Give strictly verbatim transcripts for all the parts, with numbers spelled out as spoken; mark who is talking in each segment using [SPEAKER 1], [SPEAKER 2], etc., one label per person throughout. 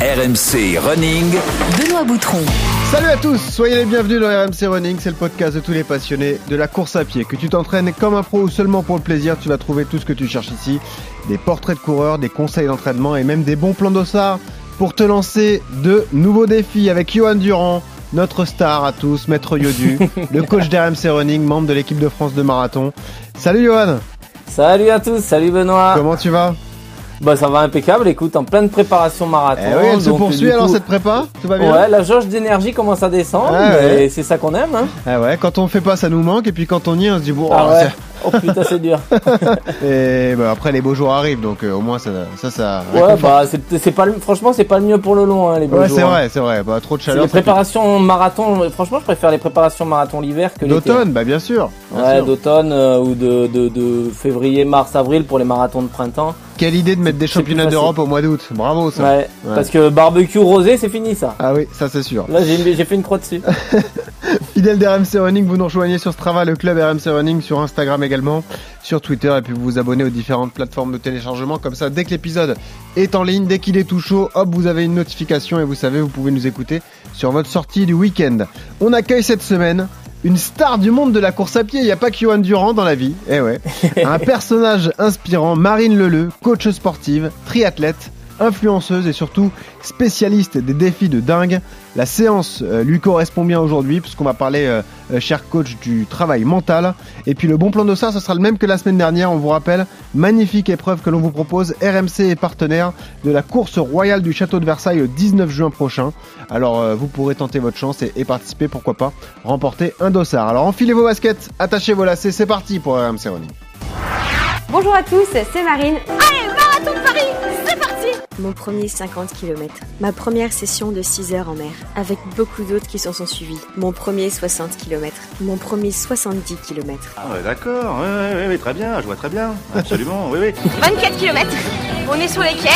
[SPEAKER 1] R M C Running,
[SPEAKER 2] Benoît Boutron.
[SPEAKER 3] Salut à tous, soyez les bienvenus dans R M C Running, c'est le podcast de tous les passionnés de la course à pied. Que tu t'entraînes comme un pro ou seulement pour le plaisir, tu vas trouver tout ce que tu cherches ici. Des portraits de coureurs, des conseils d'entraînement et même des bons plans d'ossard pour te lancer de nouveaux défis avec Johan Durand, notre star à tous, Maître Yodu, le coach d'R M C Running, membre de l'équipe de France de marathon. Salut Johan.
[SPEAKER 4] Salut à tous, salut Benoît.
[SPEAKER 3] Comment tu vas ?
[SPEAKER 4] Bah ça va impeccable, écoute, en pleine préparation marathon.
[SPEAKER 3] Eh oui, elle se
[SPEAKER 4] donc,
[SPEAKER 3] poursuit
[SPEAKER 4] coup,
[SPEAKER 3] alors cette prépa, tout va bien ?
[SPEAKER 4] Ouais, la jauge d'énergie commence à descendre,
[SPEAKER 3] ah,
[SPEAKER 4] et
[SPEAKER 3] ouais.
[SPEAKER 4] c'est ça qu'on aime. Hein.
[SPEAKER 3] Ah ouais, quand on fait pas ça nous manque, et puis quand on y est on se dit bon,
[SPEAKER 4] ah
[SPEAKER 3] oh,
[SPEAKER 4] ouais. Oh putain c'est dur.
[SPEAKER 3] Et bah, après les beaux jours arrivent, donc euh, au moins ça ça ça.
[SPEAKER 4] Ouais bah c'est, c'est pas le, franchement c'est pas le mieux pour le long hein, les beaux
[SPEAKER 3] ouais,
[SPEAKER 4] jours.
[SPEAKER 3] Ouais c'est
[SPEAKER 4] hein.
[SPEAKER 3] vrai, c'est vrai, bah, trop de chaleur.
[SPEAKER 4] Les préparations fait... marathon, franchement je préfère les préparations marathon l'hiver que
[SPEAKER 3] d'automne,
[SPEAKER 4] l'été.
[SPEAKER 3] bah bien sûr. Bien
[SPEAKER 4] ouais
[SPEAKER 3] sûr.
[SPEAKER 4] d'automne euh, ou de, de, de février, mars, avril pour les marathons de printemps.
[SPEAKER 3] Quelle idée de mettre des championnats d'Europe au mois d'août, bravo ça.
[SPEAKER 4] Ouais, ouais, parce que barbecue rosé c'est fini ça.
[SPEAKER 3] Ah oui, ça c'est sûr.
[SPEAKER 4] Là j'ai, j'ai fait une croix dessus.
[SPEAKER 3] Fidèle d'R M C Running, vous nous rejoignez sur Strava, le club R M C Running, sur Instagram également, sur Twitter, et puis vous vous abonnez aux différentes plateformes de téléchargement, comme ça dès que l'épisode est en ligne, dès qu'il est tout chaud, hop, vous avez une notification et vous savez, vous pouvez nous écouter sur votre sortie du week-end. On accueille cette semaine une star du monde de la course à pied, il n'y a pas que Johan Durand dans la vie, eh ouais, un personnage inspirant, Marine Leleu, coach sportive, triathlète, influenceuse et surtout spécialiste des défis de dingue. La séance euh, lui correspond bien aujourd'hui puisqu'on va parler, euh, euh, cher coach, du travail mental. Et puis le bon plan d'ossard, ce sera le même que la semaine dernière. On vous rappelle, magnifique épreuve que l'on vous propose. R M C est partenaire de la course royale du château de Versailles le dix-neuf juin prochain. Alors euh, vous pourrez tenter votre chance et, et participer, pourquoi pas, remporter un dossard. Alors enfilez vos baskets, attachez vos lacets, c'est parti pour R M C Running.
[SPEAKER 5] Bonjour à tous, c'est Marine.
[SPEAKER 6] Allez, marathon de Paris, c'est parti!
[SPEAKER 5] Mon premier cinquante kilomètres, ma première session de six heures en mer, avec beaucoup d'autres qui s'en sont suivis. Mon premier soixante kilomètres, mon premier soixante-dix kilomètres.
[SPEAKER 7] Ah ouais, d'accord, ouais, ouais, ouais, ouais, très bien, je vois très bien, absolument, oui, oui.
[SPEAKER 6] vingt-quatre kilomètres, on est sur les quais,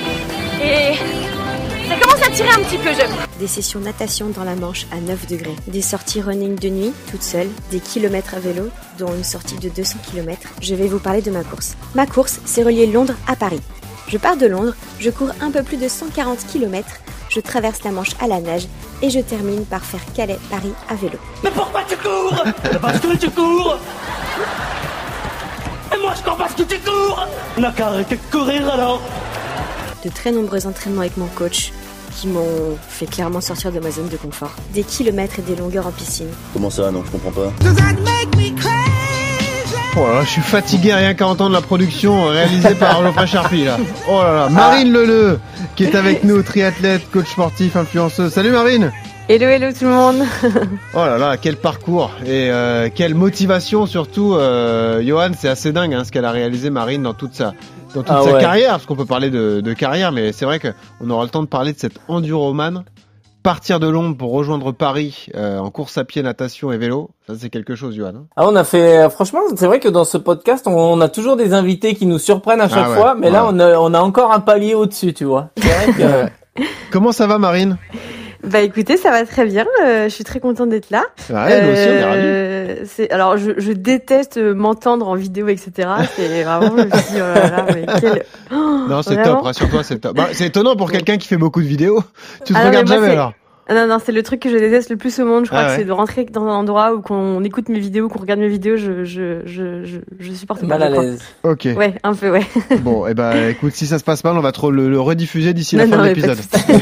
[SPEAKER 6] et ça commence à tirer un petit peu, j'avoue.
[SPEAKER 5] Des sessions natation dans la Manche à neuf degrés, des sorties running de nuit, toute seule, des kilomètres à vélo, dont une sortie de deux cents kilomètres. Je vais vous parler de ma course. Ma course, c'est relier Londres à Paris. Je pars de Londres, je cours un peu plus de cent quarante kilomètres, je traverse la Manche à la nage et je termine par faire Calais-Paris à vélo.
[SPEAKER 8] Mais pourquoi tu cours? Parce que tu cours. Et moi je cours parce que tu cours. On n'a qu'à arrêter de courir alors.
[SPEAKER 5] De très nombreux entraînements avec mon coach qui m'ont fait clairement sortir de ma zone de confort. Des kilomètres et des longueurs en piscine.
[SPEAKER 7] Comment ça, non, je comprends pas.
[SPEAKER 3] Oh là là, je suis fatigué rien qu'à entendre la production réalisée par Geoffrey Charpie là. Oh là là, Marine Leleu qui est avec nous, triathlète, coach sportif, influenceuse. Salut Marine.
[SPEAKER 5] Hello, hello tout le monde.
[SPEAKER 3] Oh là là, quel parcours et euh, quelle motivation surtout. Euh, Johan, c'est assez dingue hein, ce qu'elle a réalisé Marine dans toute sa, dans toute
[SPEAKER 4] ah
[SPEAKER 3] sa
[SPEAKER 4] ouais.
[SPEAKER 3] carrière, parce qu'on peut parler de, de carrière, mais c'est vrai qu'on aura le temps de parler de cette enduroman. Partir de Londres pour rejoindre Paris euh, en course à pied, natation et vélo, ça c'est quelque chose, Johan. Hein.
[SPEAKER 4] Ah, on a fait, franchement, c'est vrai que dans ce podcast, on, on a toujours des invités qui nous surprennent à chaque
[SPEAKER 3] ah ouais,
[SPEAKER 4] fois, mais
[SPEAKER 3] ouais.
[SPEAKER 4] là, on a, on a encore un palier au-dessus, tu vois. C'est vrai que...
[SPEAKER 3] Comment ça va, Marine ?
[SPEAKER 9] Bah écoutez, ça va très bien. Euh, je suis très contente d'être là.
[SPEAKER 3] Ouais, nous aussi, on est ravis.
[SPEAKER 9] Euh, c'est, alors, je, je déteste m'entendre en vidéo, et cetera. C'est vraiment, je me dis, oh là là, mais quel... Oh,
[SPEAKER 3] non, c'est
[SPEAKER 9] vraiment
[SPEAKER 3] top, rassure-toi, c'est top. Bah, c'est étonnant pour quelqu'un qui fait beaucoup de vidéos. Tu te
[SPEAKER 9] ah non,
[SPEAKER 3] regardes
[SPEAKER 9] moi,
[SPEAKER 3] jamais
[SPEAKER 9] c'est...
[SPEAKER 3] alors.
[SPEAKER 9] Non, non, c'est le truc que je déteste le plus au monde. Je crois
[SPEAKER 3] ah
[SPEAKER 9] que
[SPEAKER 3] ouais.
[SPEAKER 9] c'est de rentrer dans un endroit où qu'on écoute mes vidéos, qu'on regarde mes vidéos. Je, je, je, je, je supporte pas.
[SPEAKER 4] Mal à l'aise.
[SPEAKER 3] Ok.
[SPEAKER 9] Ouais, un peu, ouais.
[SPEAKER 3] Bon, et eh ben, bah, écoute, si ça se passe mal, on va trop le, le rediffuser d'ici la
[SPEAKER 9] non,
[SPEAKER 3] fin
[SPEAKER 9] non,
[SPEAKER 3] de l'épisode.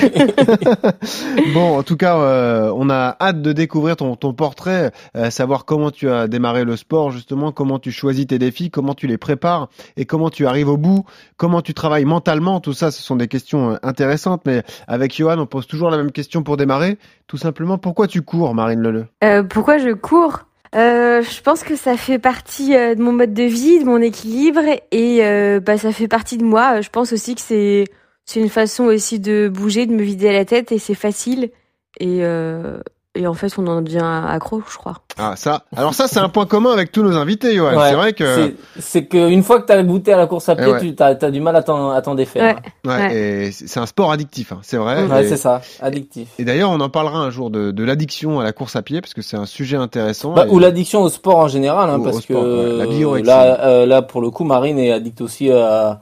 [SPEAKER 3] Bon, en tout cas, euh, on a hâte de découvrir ton, ton portrait, euh, savoir comment tu as démarré le sport, justement, comment tu choisis tes défis, comment tu les prépares et comment tu arrives au bout, comment tu travailles mentalement. Tout ça, ce sont des questions intéressantes, mais avec Johan, on pose toujours la même question pour démarrer. Tout simplement, pourquoi tu cours, Marine Leleu ?
[SPEAKER 9] euh, Pourquoi je cours ? Euh, je pense que ça fait partie euh, de mon mode de vie, de mon équilibre, et euh, bah ça fait partie de moi. Je pense aussi que c'est c'est une façon aussi de bouger, de me vider la tête, et c'est facile. Et euh, et en fait, on en devient accro, je crois.
[SPEAKER 3] Ah ça. Alors ça, c'est un point commun avec tous nos invités, Johan.
[SPEAKER 4] Ouais,
[SPEAKER 3] c'est vrai que
[SPEAKER 4] c'est, c'est que une fois que t'as goûté à la course à pied,
[SPEAKER 3] ouais.
[SPEAKER 4] tu t'as, t'as du mal à t'en, à t'en défaire.
[SPEAKER 9] Ouais.
[SPEAKER 3] Ouais,
[SPEAKER 9] ouais.
[SPEAKER 3] Et c'est un sport addictif, hein, c'est vrai.
[SPEAKER 4] Ouais,
[SPEAKER 3] et,
[SPEAKER 4] c'est ça, addictif.
[SPEAKER 3] Et d'ailleurs, on en parlera un jour de, de l'addiction à la course à pied, parce que c'est un sujet intéressant.
[SPEAKER 4] Bah,
[SPEAKER 3] et...
[SPEAKER 4] Ou l'addiction au sport en général, hein,
[SPEAKER 3] Ou
[SPEAKER 4] parce
[SPEAKER 3] au sport,
[SPEAKER 4] que
[SPEAKER 3] ouais, la biorexie.
[SPEAKER 4] là, euh, là, pour le coup, Marine est addicte aussi à,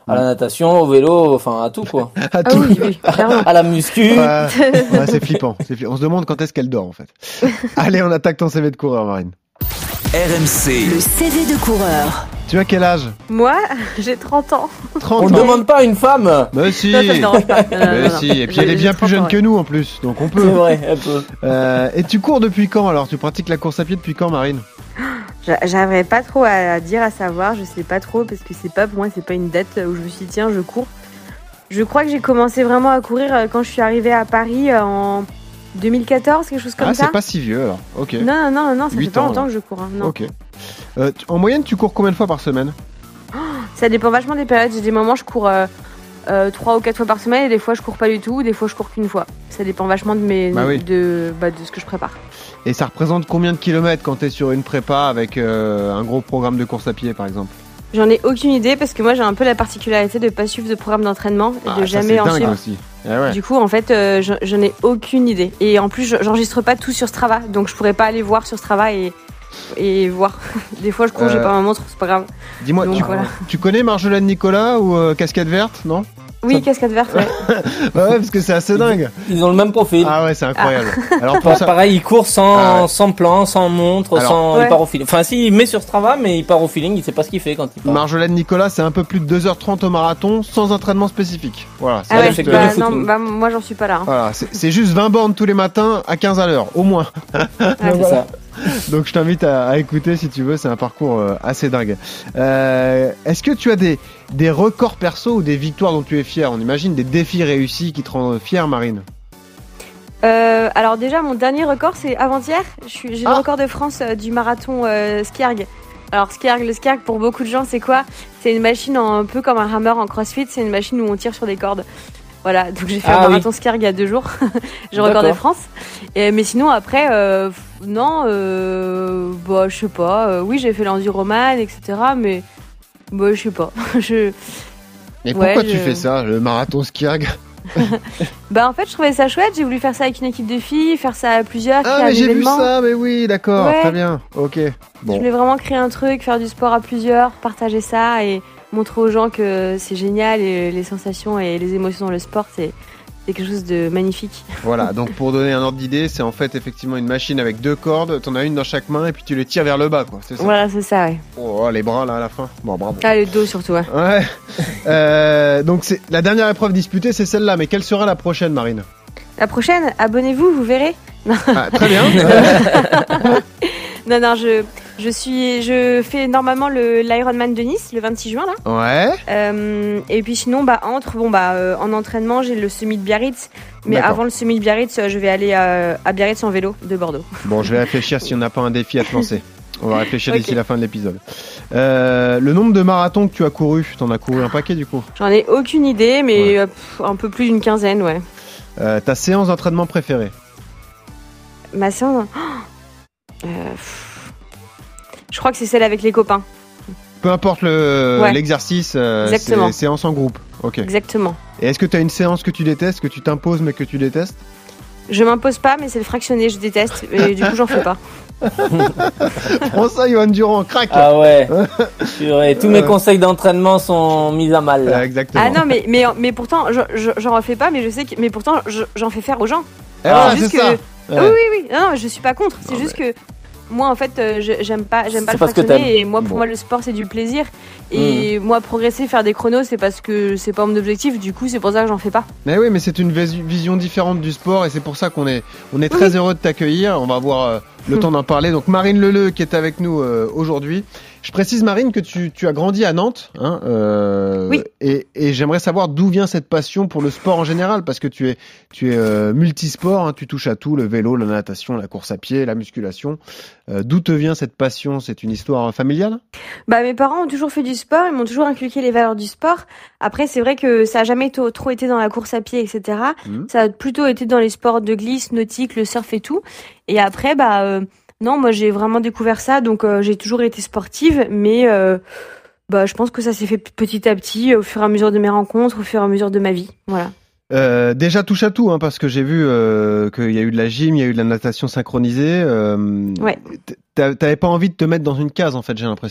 [SPEAKER 4] À la natation, au vélo, enfin à tout quoi.
[SPEAKER 3] À
[SPEAKER 9] Ah
[SPEAKER 3] tout.
[SPEAKER 9] oui, oui, clairement.
[SPEAKER 4] À la muscu.
[SPEAKER 3] Ouais, ouais, c'est flippant. C'est flippant. On se demande quand est-ce qu'elle dort en fait. Allez, on attaque ton C V de coureur, Marine.
[SPEAKER 1] R M C.
[SPEAKER 2] Le C V de coureur.
[SPEAKER 3] Tu as quel âge?
[SPEAKER 9] Moi, j'ai trente ans.
[SPEAKER 3] trente
[SPEAKER 4] On ne
[SPEAKER 3] ans.
[SPEAKER 4] demande pas à une femme.
[SPEAKER 3] Bah si.
[SPEAKER 9] Ça, ça me dérange pas. Non, non,
[SPEAKER 3] Mais
[SPEAKER 9] non, non.
[SPEAKER 3] si. Et puis elle est
[SPEAKER 9] J'ai-
[SPEAKER 3] bien
[SPEAKER 9] j'ai
[SPEAKER 3] plus
[SPEAKER 9] trente
[SPEAKER 3] jeune
[SPEAKER 9] ans,
[SPEAKER 3] que
[SPEAKER 9] ouais.
[SPEAKER 3] nous en plus, donc on
[SPEAKER 4] C'est
[SPEAKER 3] peut.
[SPEAKER 4] vrai, un peu.
[SPEAKER 3] Euh, et tu cours depuis quand alors? Tu pratiques la course à pied depuis quand, Marine?
[SPEAKER 9] J'a- J'arriverai pas trop à dire, à savoir, je sais pas trop, parce que c'est pas, pour moi, c'est pas une date où je me suis dit, tiens, je cours. Je crois que j'ai commencé vraiment à courir euh, quand je suis arrivée à Paris euh, en deux mille quatorze, quelque chose comme
[SPEAKER 3] Ah,
[SPEAKER 9] ça.
[SPEAKER 3] c'est pas si vieux alors. Ok.
[SPEAKER 9] Non, non, non, non, ça
[SPEAKER 3] Huit
[SPEAKER 9] fait pas
[SPEAKER 3] ans,
[SPEAKER 9] longtemps
[SPEAKER 3] là.
[SPEAKER 9] que je cours. hein, non.
[SPEAKER 3] Ok. Euh, tu- en moyenne, tu cours combien de fois par semaine?
[SPEAKER 9] Ça dépend vachement des périodes. J'ai des moments, je cours euh, euh, trois ou quatre fois par semaine, et des fois, je cours pas du tout, des fois, je cours qu'une fois. Ça dépend vachement de, mes,
[SPEAKER 3] Bah oui.
[SPEAKER 9] de, bah, de ce que je prépare.
[SPEAKER 3] Et ça représente combien de kilomètres quand t'es sur une prépa avec euh, un gros programme de course à pied, par exemple?
[SPEAKER 9] J'en ai aucune idée parce que moi, j'ai un peu la particularité de pas suivre de programme d'entraînement et
[SPEAKER 3] Ah,
[SPEAKER 9] de
[SPEAKER 3] ça,
[SPEAKER 9] jamais
[SPEAKER 3] c'est
[SPEAKER 9] en
[SPEAKER 3] dingue
[SPEAKER 9] suivre.
[SPEAKER 3] aussi. Ah ouais.
[SPEAKER 9] Du coup, en fait, euh, j'en j'en ai aucune idée. Et en plus, je- j'enregistre pas tout sur Strava, donc je pourrais pas aller voir sur Strava et, et voir. Des fois, je cours, j'ai
[SPEAKER 3] Euh,
[SPEAKER 9] pas ma montre, c'est pas grave.
[SPEAKER 3] Dis-moi,
[SPEAKER 9] Donc,
[SPEAKER 3] tu,
[SPEAKER 9] voilà.
[SPEAKER 3] tu connais Marjolaine Nicolas ou euh, Casquette Verte, non?
[SPEAKER 9] Oui,
[SPEAKER 3] ça-
[SPEAKER 9] cascade verte, ouais.
[SPEAKER 3] Bah ouais, parce que c'est assez dingue.
[SPEAKER 4] Ils ont le même profil.
[SPEAKER 3] Ah ouais, c'est incroyable. Alors pour
[SPEAKER 4] Pa-
[SPEAKER 3] ça,
[SPEAKER 4] Pareil, il court sans,
[SPEAKER 3] Ah ouais.
[SPEAKER 4] sans plan, sans montre,
[SPEAKER 3] Alors-
[SPEAKER 4] sans,
[SPEAKER 9] Ouais.
[SPEAKER 4] il part au feeling. Enfin, si, il met sur Strava, mais il part au feeling, il sait pas ce qu'il fait quand il part.
[SPEAKER 3] Marjolaine Nicolas, c'est un peu plus de deux heures trente au marathon sans entraînement spécifique. Voilà. c'est
[SPEAKER 9] Ah ouais,
[SPEAKER 3] juste,
[SPEAKER 4] fait que
[SPEAKER 3] euh,
[SPEAKER 4] du
[SPEAKER 9] bah,
[SPEAKER 4] footing.
[SPEAKER 9] non, bah, moi, j'en suis pas là. hein.
[SPEAKER 3] Voilà, c'est c'est juste vingt bornes tous les matins à quinze à l'heure, au moins.
[SPEAKER 9] Ouais,
[SPEAKER 4] C'est ça.
[SPEAKER 3] Donc je t'invite à, à écouter si tu veux, c'est un parcours euh, assez dingue. Euh, Est-ce que tu as des, des records perso ou des victoires dont tu es fier? On imagine des défis réussis qui te rendent fier, Marine.
[SPEAKER 9] Euh, alors déjà, mon dernier record, c'est avant-hier. Je suis- J'ai
[SPEAKER 3] Ah.
[SPEAKER 9] le record de France euh, du marathon euh, Skierg. Alors Skierg, le Skierg, pour beaucoup de gens, c'est quoi? C'est une machine en- un peu comme un hammer en crossfit. C'est une machine où on tire sur des cordes. Voilà, donc j'ai fait
[SPEAKER 4] Ah
[SPEAKER 9] un
[SPEAKER 4] oui.
[SPEAKER 9] marathon Skierg il y a deux jours. J'ai le record de
[SPEAKER 4] D'accord.
[SPEAKER 9] France. Et, mais sinon, après, euh, f- non, euh, bah, je sais pas. Euh, oui, j'ai fait l'enduroman, et cetera. Mais, bah, je sais pas. je...
[SPEAKER 3] Mais
[SPEAKER 9] Ouais,
[SPEAKER 3] pourquoi tu
[SPEAKER 9] je-
[SPEAKER 3] fais ça, le marathon Skierg?
[SPEAKER 9] Bah, en fait, je trouvais ça chouette. J'ai voulu faire ça avec une équipe de filles, faire ça à plusieurs,
[SPEAKER 3] Ah
[SPEAKER 9] créer
[SPEAKER 3] mais
[SPEAKER 9] un
[SPEAKER 3] j'ai vu
[SPEAKER 9] événement.
[SPEAKER 3] ça, mais oui, d'accord,
[SPEAKER 9] Ouais.
[SPEAKER 3] très bien, ok.
[SPEAKER 9] Je
[SPEAKER 3] Bon,
[SPEAKER 9] voulais vraiment créer un truc, faire du sport à plusieurs, partager ça et montrer aux gens que c'est génial et les sensations et les émotions dans le sport, c'est c'est quelque chose de magnifique.
[SPEAKER 3] voilà, donc pour donner un ordre d'idée, c'est en fait effectivement une machine avec deux cordes, t'en as une dans chaque main et puis tu les tires vers le bas, quoi, c'est ça?
[SPEAKER 9] Voilà, c'est ça, ouais.
[SPEAKER 3] Oh, les bras là à la fin, bon bravo.
[SPEAKER 9] Ah, le dos surtout, ouais.
[SPEAKER 3] Ouais. Euh, donc c'est la dernière épreuve disputée, c'est celle-là. Mais quelle sera la prochaine, Marine?
[SPEAKER 9] La prochaine, abonnez-vous, vous verrez.
[SPEAKER 3] Ah, très bien.
[SPEAKER 9] Non, non, je, je suis, je fais normalement le l'Ironman de Nice le vingt-six juin là.
[SPEAKER 3] Ouais.
[SPEAKER 9] Euh, et puis sinon, bah entre, bon bah euh, en entraînement, j'ai le semi de Biarritz. Mais
[SPEAKER 3] D'accord.
[SPEAKER 9] avant le semi de Biarritz, euh, je vais aller à, à Biarritz en vélo de Bordeaux.
[SPEAKER 3] Bon, je vais réfléchir si on n'a pas un défi à te lancer. On va réfléchir
[SPEAKER 9] Ok.
[SPEAKER 3] d'ici la fin de l'épisode. Euh, le nombre de marathons que tu as couru, t'en as couru un paquet du coup.
[SPEAKER 9] J'en ai aucune idée, mais
[SPEAKER 3] Ouais.
[SPEAKER 9] euh, pff, un peu plus d'une quinzaine, ouais.
[SPEAKER 3] Euh, ta séance d'entraînement préférée?
[SPEAKER 9] Ma séance. Oh Euh, pff. Je crois que c'est celle avec les copains.
[SPEAKER 3] Peu importe le
[SPEAKER 9] Ouais.
[SPEAKER 3] l'exercice, euh,
[SPEAKER 9] Exactement.
[SPEAKER 3] c'est séance en groupe. Ok.
[SPEAKER 9] Exactement.
[SPEAKER 3] Et est-ce que tu as une séance que tu détestes, que tu t'imposes mais que tu détestes?
[SPEAKER 9] Je m'impose pas, mais c'est le fractionné, je déteste. Et du coup, j'en fais pas.
[SPEAKER 3] Prends ça, Johan Durand, crac.
[SPEAKER 4] Ah ouais. Purée, tous mes
[SPEAKER 3] Euh.
[SPEAKER 4] conseils d'entraînement sont mis à mal. Là.
[SPEAKER 3] Euh, exactement.
[SPEAKER 9] Ah non, mais, mais, mais pourtant, je- je- j'en refais pas, mais je sais que. Mais pourtant, je- j'en fais faire aux gens.
[SPEAKER 3] Eh
[SPEAKER 4] Ah,
[SPEAKER 3] ouais,
[SPEAKER 9] juste
[SPEAKER 3] c'est
[SPEAKER 9] que-
[SPEAKER 3] ça.
[SPEAKER 9] Ah
[SPEAKER 3] Ouais.
[SPEAKER 9] oui, oui, oui. Non, non, je suis pas contre. C'est
[SPEAKER 3] Non,
[SPEAKER 9] juste que. Moi, en fait, euh, je- j'aime pas, j'aime pas
[SPEAKER 4] C'est
[SPEAKER 9] le
[SPEAKER 4] parce que
[SPEAKER 9] fractionner. Et moi, pour
[SPEAKER 3] Bon.
[SPEAKER 9] moi, le sport, c'est du plaisir. Et moi, progresser, faire des chronos, c'est parce que c'est pas mon objectif. Du coup, c'est pour ça que j'en fais pas.
[SPEAKER 3] Mais oui, mais c'est une vis- vision différente du sport et c'est pour ça qu'on est, on est très heureux de t'accueillir. On va avoir euh, le temps d'en parler. Donc Marine Leleu qui est avec nous euh, aujourd'hui. Je précise Marine que tu, tu as grandi à Nantes. Hein, euh,
[SPEAKER 9] Oui.
[SPEAKER 3] Et, et j'aimerais savoir d'où vient cette passion pour le sport en général parce que tu es, tu es euh, multisport. Hein, tu touches à tout, le vélo, la natation, la course à pied, la musculation. Euh, d'où te vient cette passion? C'est une histoire familiale?
[SPEAKER 9] Bah, mes parents ont toujours fait du sport, ils m'ont toujours inculqué les valeurs du sport. Après, c'est vrai que ça a jamais to- trop été dans la course à pied, et cetera.
[SPEAKER 3] Mhm.
[SPEAKER 9] Ça a plutôt été dans les sports de glisse, nautique, le surf et tout. Et après, bah, euh, non, moi, j'ai vraiment découvert ça, donc euh, j'ai toujours été sportive, mais euh, bah, je pense que ça s'est fait petit à petit, au fur et à mesure de mes rencontres, au fur et à mesure de ma vie. Voilà.
[SPEAKER 3] Euh, déjà touche à tout, hein, parce que j'ai vu euh, qu'il y a eu de la gym, il y a eu de la natation synchronisée. Euh,
[SPEAKER 9] Ouais.
[SPEAKER 3] t'a- T'avais pas envie de te mettre dans une case, en fait, j'ai l'impression.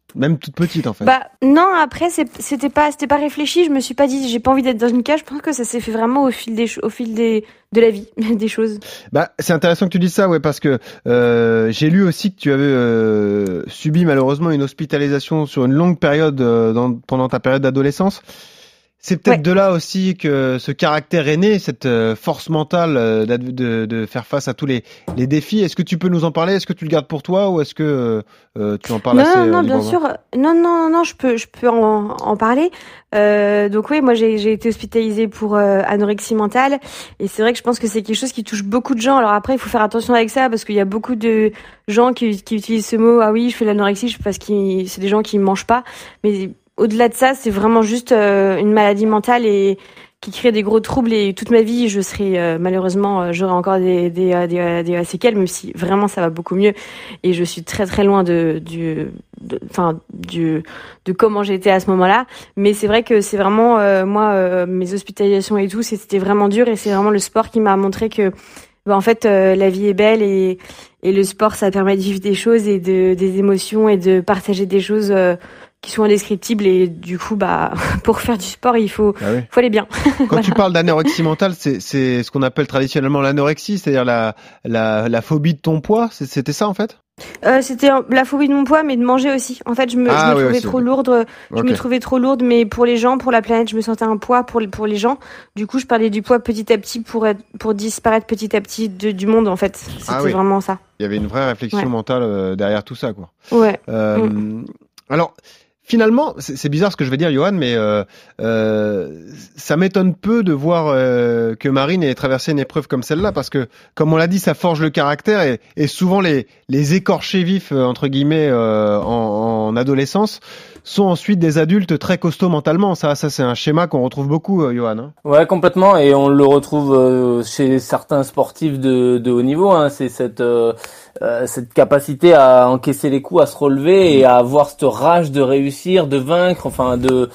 [SPEAKER 3] Même toute petite en fait.
[SPEAKER 9] Bah non, après c'est, c'était pas c'était pas réfléchi. Je me suis pas dit j'ai pas envie d'être dans une cage. Je pense que ça s'est fait vraiment au fil des au fil des de la vie des choses.
[SPEAKER 3] Bah c'est intéressant que tu dises ça, ouais, parce que euh, j'ai lu aussi que tu avais euh, subi malheureusement une hospitalisation sur une longue période euh, dans, pendant ta période d'adolescence. C'est peut-être
[SPEAKER 9] Ouais.
[SPEAKER 3] de là aussi que ce caractère est né, cette euh, force mentale euh, de, de, de faire face à tous les, les défis. Est-ce que tu peux nous en parler? Est-ce que tu le gardes pour toi ou est-ce que euh, tu en parles
[SPEAKER 9] Non,
[SPEAKER 3] assez
[SPEAKER 9] non, non,
[SPEAKER 3] euh,
[SPEAKER 9] bien
[SPEAKER 3] librement?
[SPEAKER 9] sûr. Non, non, non, non, je peux, je peux en, en parler. Euh, donc oui, moi j'ai, j'ai été hospitalisée pour euh, anorexie mentale, et c'est vrai que je pense que c'est quelque chose qui touche beaucoup de gens. Alors après, il faut faire attention avec ça parce qu'il y a beaucoup de gens qui, qui utilisent ce mot. Ah oui, je fais de l'anorexie parce que c'est des gens qui mangent pas. Mais au-delà de ça, c'est vraiment juste euh, une maladie mentale et qui crée des gros troubles, et toute ma vie, je serai euh, malheureusement, euh, j'aurai encore des des euh, des, euh, des euh, séquelles, même si vraiment ça va beaucoup mieux, et je suis très très loin de du, enfin du de comment j'étais à ce moment-là. Mais c'est vrai que c'est vraiment euh, moi euh, mes hospitalisations et tout, c'était vraiment dur, et c'est vraiment le sport qui m'a montré que bah, en fait euh, la vie est belle, et et le sport ça permet de vivre des choses et de des émotions et de partager des choses. Euh, qui sont indescriptibles, et du coup bah pour faire du sport il faut
[SPEAKER 3] Ah oui.
[SPEAKER 9] faut aller bien.
[SPEAKER 3] Quand
[SPEAKER 9] Voilà.
[SPEAKER 3] tu parles d'anorexie mentale, c'est, c'est ce qu'on appelle traditionnellement l'anorexie, c'est-à-dire la, la, la phobie de ton poids. C'est- C'était ça en fait?
[SPEAKER 9] Euh, c'était la phobie de mon poids, mais de manger aussi. En fait, je me,
[SPEAKER 3] Ah
[SPEAKER 9] je me
[SPEAKER 3] oui,
[SPEAKER 9] trouvais
[SPEAKER 3] aussi,
[SPEAKER 9] trop
[SPEAKER 3] ok.
[SPEAKER 9] lourde. Je
[SPEAKER 3] Ok.
[SPEAKER 9] me trouvais trop lourde, mais pour les gens, pour la planète, je me sentais un poids pour les, pour les gens. Du coup, je parlais du poids petit à petit pour être, pour disparaître petit à petit de, du monde, en fait. C'était
[SPEAKER 3] Ah oui.
[SPEAKER 9] vraiment ça.
[SPEAKER 3] Il y avait une vraie réflexion
[SPEAKER 9] Ouais.
[SPEAKER 3] mentale euh, derrière tout ça, quoi.
[SPEAKER 9] Ouais.
[SPEAKER 3] Euh, Alors, finalement, c'est c'est bizarre ce que je vais dire, Johan, mais euh, euh, ça m'étonne peu de voir euh, que Marine ait traversé une épreuve comme celle-là, parce que, comme on l'a dit, ça forge le caractère, et, et souvent les, les écorchés vifs, euh, entre guillemets, euh, en, en adolescence, sont ensuite des adultes très costauds mentalement. Ça, ça c'est un schéma qu'on retrouve beaucoup, euh, Johan. Hein.
[SPEAKER 4] Ouais, complètement, et on le retrouve euh, chez certains sportifs de, de haut niveau. Hein. C'est cette euh, euh, cette capacité à encaisser les coups, à se relever et à avoir cette rage de réussir, de vaincre, enfin de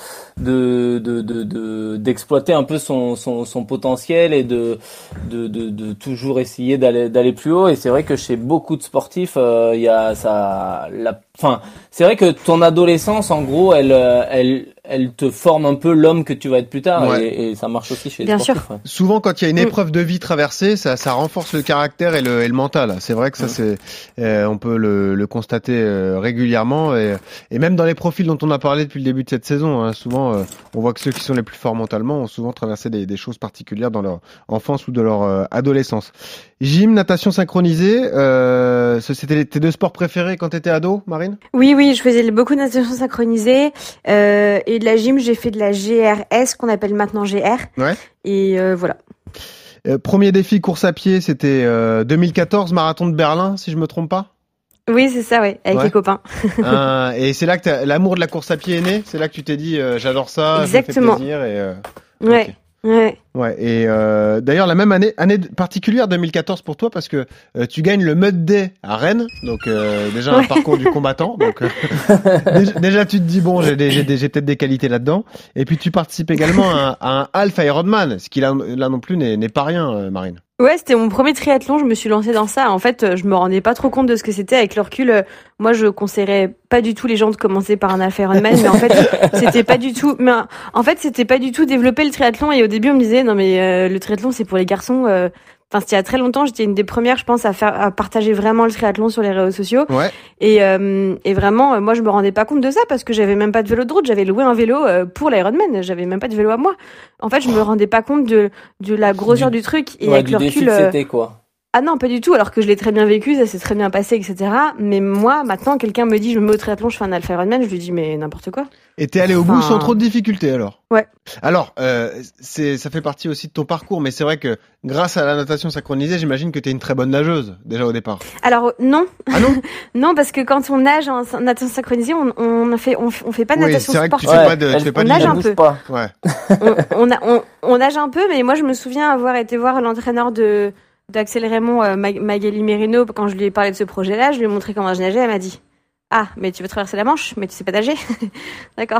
[SPEAKER 4] de de de, de d'exploiter un peu son son son potentiel, et de de de, de toujours essayer d'aller d'aller plus haut. Et c'est vrai que chez beaucoup de sportifs, il euh, y a ça, la, enfin c'est vrai que ton adolescence, en gros, elle elle elle te forme un peu l'homme que tu vas être plus tard,
[SPEAKER 3] Ouais.
[SPEAKER 4] et, et ça marche aussi chez les
[SPEAKER 9] Bien
[SPEAKER 4] sportifs.
[SPEAKER 9] sûr.
[SPEAKER 4] Ouais.
[SPEAKER 3] Souvent, quand il y a une
[SPEAKER 9] Mm.
[SPEAKER 3] épreuve de vie traversée, ça, ça renforce le caractère et le, et le mental. C'est vrai que ça, c'est, euh, on peut le, le constater euh, régulièrement, et, et même dans les profils dont on a parlé depuis le début de cette saison. Hein, souvent, euh, on voit que ceux qui sont les plus forts mentalement ont souvent traversé des, des choses particulières dans leur enfance ou de leur euh, adolescence. Gym, natation synchronisée, euh, ce- c'était les- tes deux sports préférés quand t'étais ado, Marine?
[SPEAKER 9] Oui, oui, je faisais beaucoup de natation synchronisée, euh, et de la gym, j'ai fait de la G R S, qu'on appelle maintenant G R.
[SPEAKER 3] Ouais.
[SPEAKER 9] Et euh, voilà.
[SPEAKER 3] Euh, premier défi course à pied, c'était euh, deux mille quatorze, marathon de Berlin, si je me trompe pas.
[SPEAKER 9] Oui, c'est ça, ouais, avec
[SPEAKER 3] Ouais.
[SPEAKER 9] les copains.
[SPEAKER 3] Euh, et c'est là que t'as- l'amour de la course à pied est né. C'est là que tu t'es dit, euh, j'adore ça,
[SPEAKER 9] Exactement.
[SPEAKER 3] ça me fait plaisir. Et, euh,
[SPEAKER 9] Ouais,
[SPEAKER 3] ok.
[SPEAKER 9] ouais.
[SPEAKER 3] Ouais. Et euh, d'ailleurs, la même année, année particulière deux mille quatorze pour toi, parce que euh, tu gagnes le Mud Day à Rennes, donc euh, déjà un
[SPEAKER 9] Ouais.
[SPEAKER 3] parcours du combattant. Donc euh, déjà, déjà, tu te dis bon, j'ai, des- j'ai, des- j'ai peut-être des qualités là-dedans. Et puis tu participes également à, un- à un half Ironman, ce qui là, là non plus n'est, n'est pas rien, euh, Marine.
[SPEAKER 9] Ouais, c'était mon premier triathlon, je me suis lancée dans ça. En fait, euh, je me rendais pas trop compte de ce que c'était. Avec le recul, euh, moi, je conseillerais pas du tout les gens de commencer par un half Ironman, mais en fait, c'était pas du tout, mais euh, en fait, c'était pas du tout développer le triathlon. Et au début, on me disait, non, mais euh, le triathlon, c'est pour les garçons. euh. Enfin, c'était il y a très longtemps, j'étais une des premières, je pense, à faire, à partager vraiment le triathlon sur les réseaux sociaux.
[SPEAKER 3] Ouais.
[SPEAKER 9] Et, euh, et vraiment, euh, moi, je me rendais pas compte de ça parce que j'avais même pas de vélo de route. J'avais loué un vélo euh, pour l'Ironman. J'avais même pas de vélo à moi. En fait, je me rendais pas compte de, de la grosseur du, truc. Et
[SPEAKER 4] Ouais,
[SPEAKER 9] avec
[SPEAKER 4] du
[SPEAKER 9] le
[SPEAKER 4] défi
[SPEAKER 9] recul,
[SPEAKER 4] que
[SPEAKER 9] euh,
[SPEAKER 4] c'était, quoi.
[SPEAKER 9] ah non, pas du tout. Alors que je l'ai très bien vécu, ça s'est très bien passé, et cetera. Mais moi, maintenant, quelqu'un me dit, je me mets au triathlon, je fais un alpha Ironman, je lui dis, mais n'importe quoi.
[SPEAKER 3] Et t'es allé au bout
[SPEAKER 9] Enfin,
[SPEAKER 3] sans trop de difficultés alors.
[SPEAKER 9] Ouais.
[SPEAKER 3] Alors, euh, c'est, ça fait partie aussi de ton parcours, mais c'est vrai que grâce à la natation synchronisée, j'imagine que t'es une très bonne nageuse déjà au départ.
[SPEAKER 9] Alors non,
[SPEAKER 3] Ah non.
[SPEAKER 9] non, parce que quand on nage en en natation synchronisée, on, on fait, on, on fait pas de
[SPEAKER 3] Oui,
[SPEAKER 9] natation
[SPEAKER 3] c'est vrai que tu
[SPEAKER 9] sportive.
[SPEAKER 3] fais pas de, tu
[SPEAKER 4] elle-
[SPEAKER 3] fais pas
[SPEAKER 9] on
[SPEAKER 3] de
[SPEAKER 9] nage
[SPEAKER 3] ligne.
[SPEAKER 9] un
[SPEAKER 4] bouge
[SPEAKER 9] peu.
[SPEAKER 4] pas.
[SPEAKER 3] Ouais.
[SPEAKER 9] on, on, a- on, on nage un peu, mais moi je me souviens avoir été voir l'entraîneur de d'Axel Raymond, euh, Mag- Magali Merino, quand je lui ai parlé de ce projet-là, je lui ai montré comment je nageais, elle m'a dit, ah, mais tu veux traverser la Manche, mais tu sais pas nager. D'accord.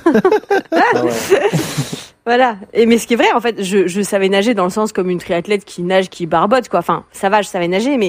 [SPEAKER 4] Ah ouais.
[SPEAKER 9] Voilà. Et mais ce qui est vrai, en fait, je, je savais nager dans le sens comme une triathlète qui nage, qui barbote, quoi. Enfin, ça va, je savais nager, mais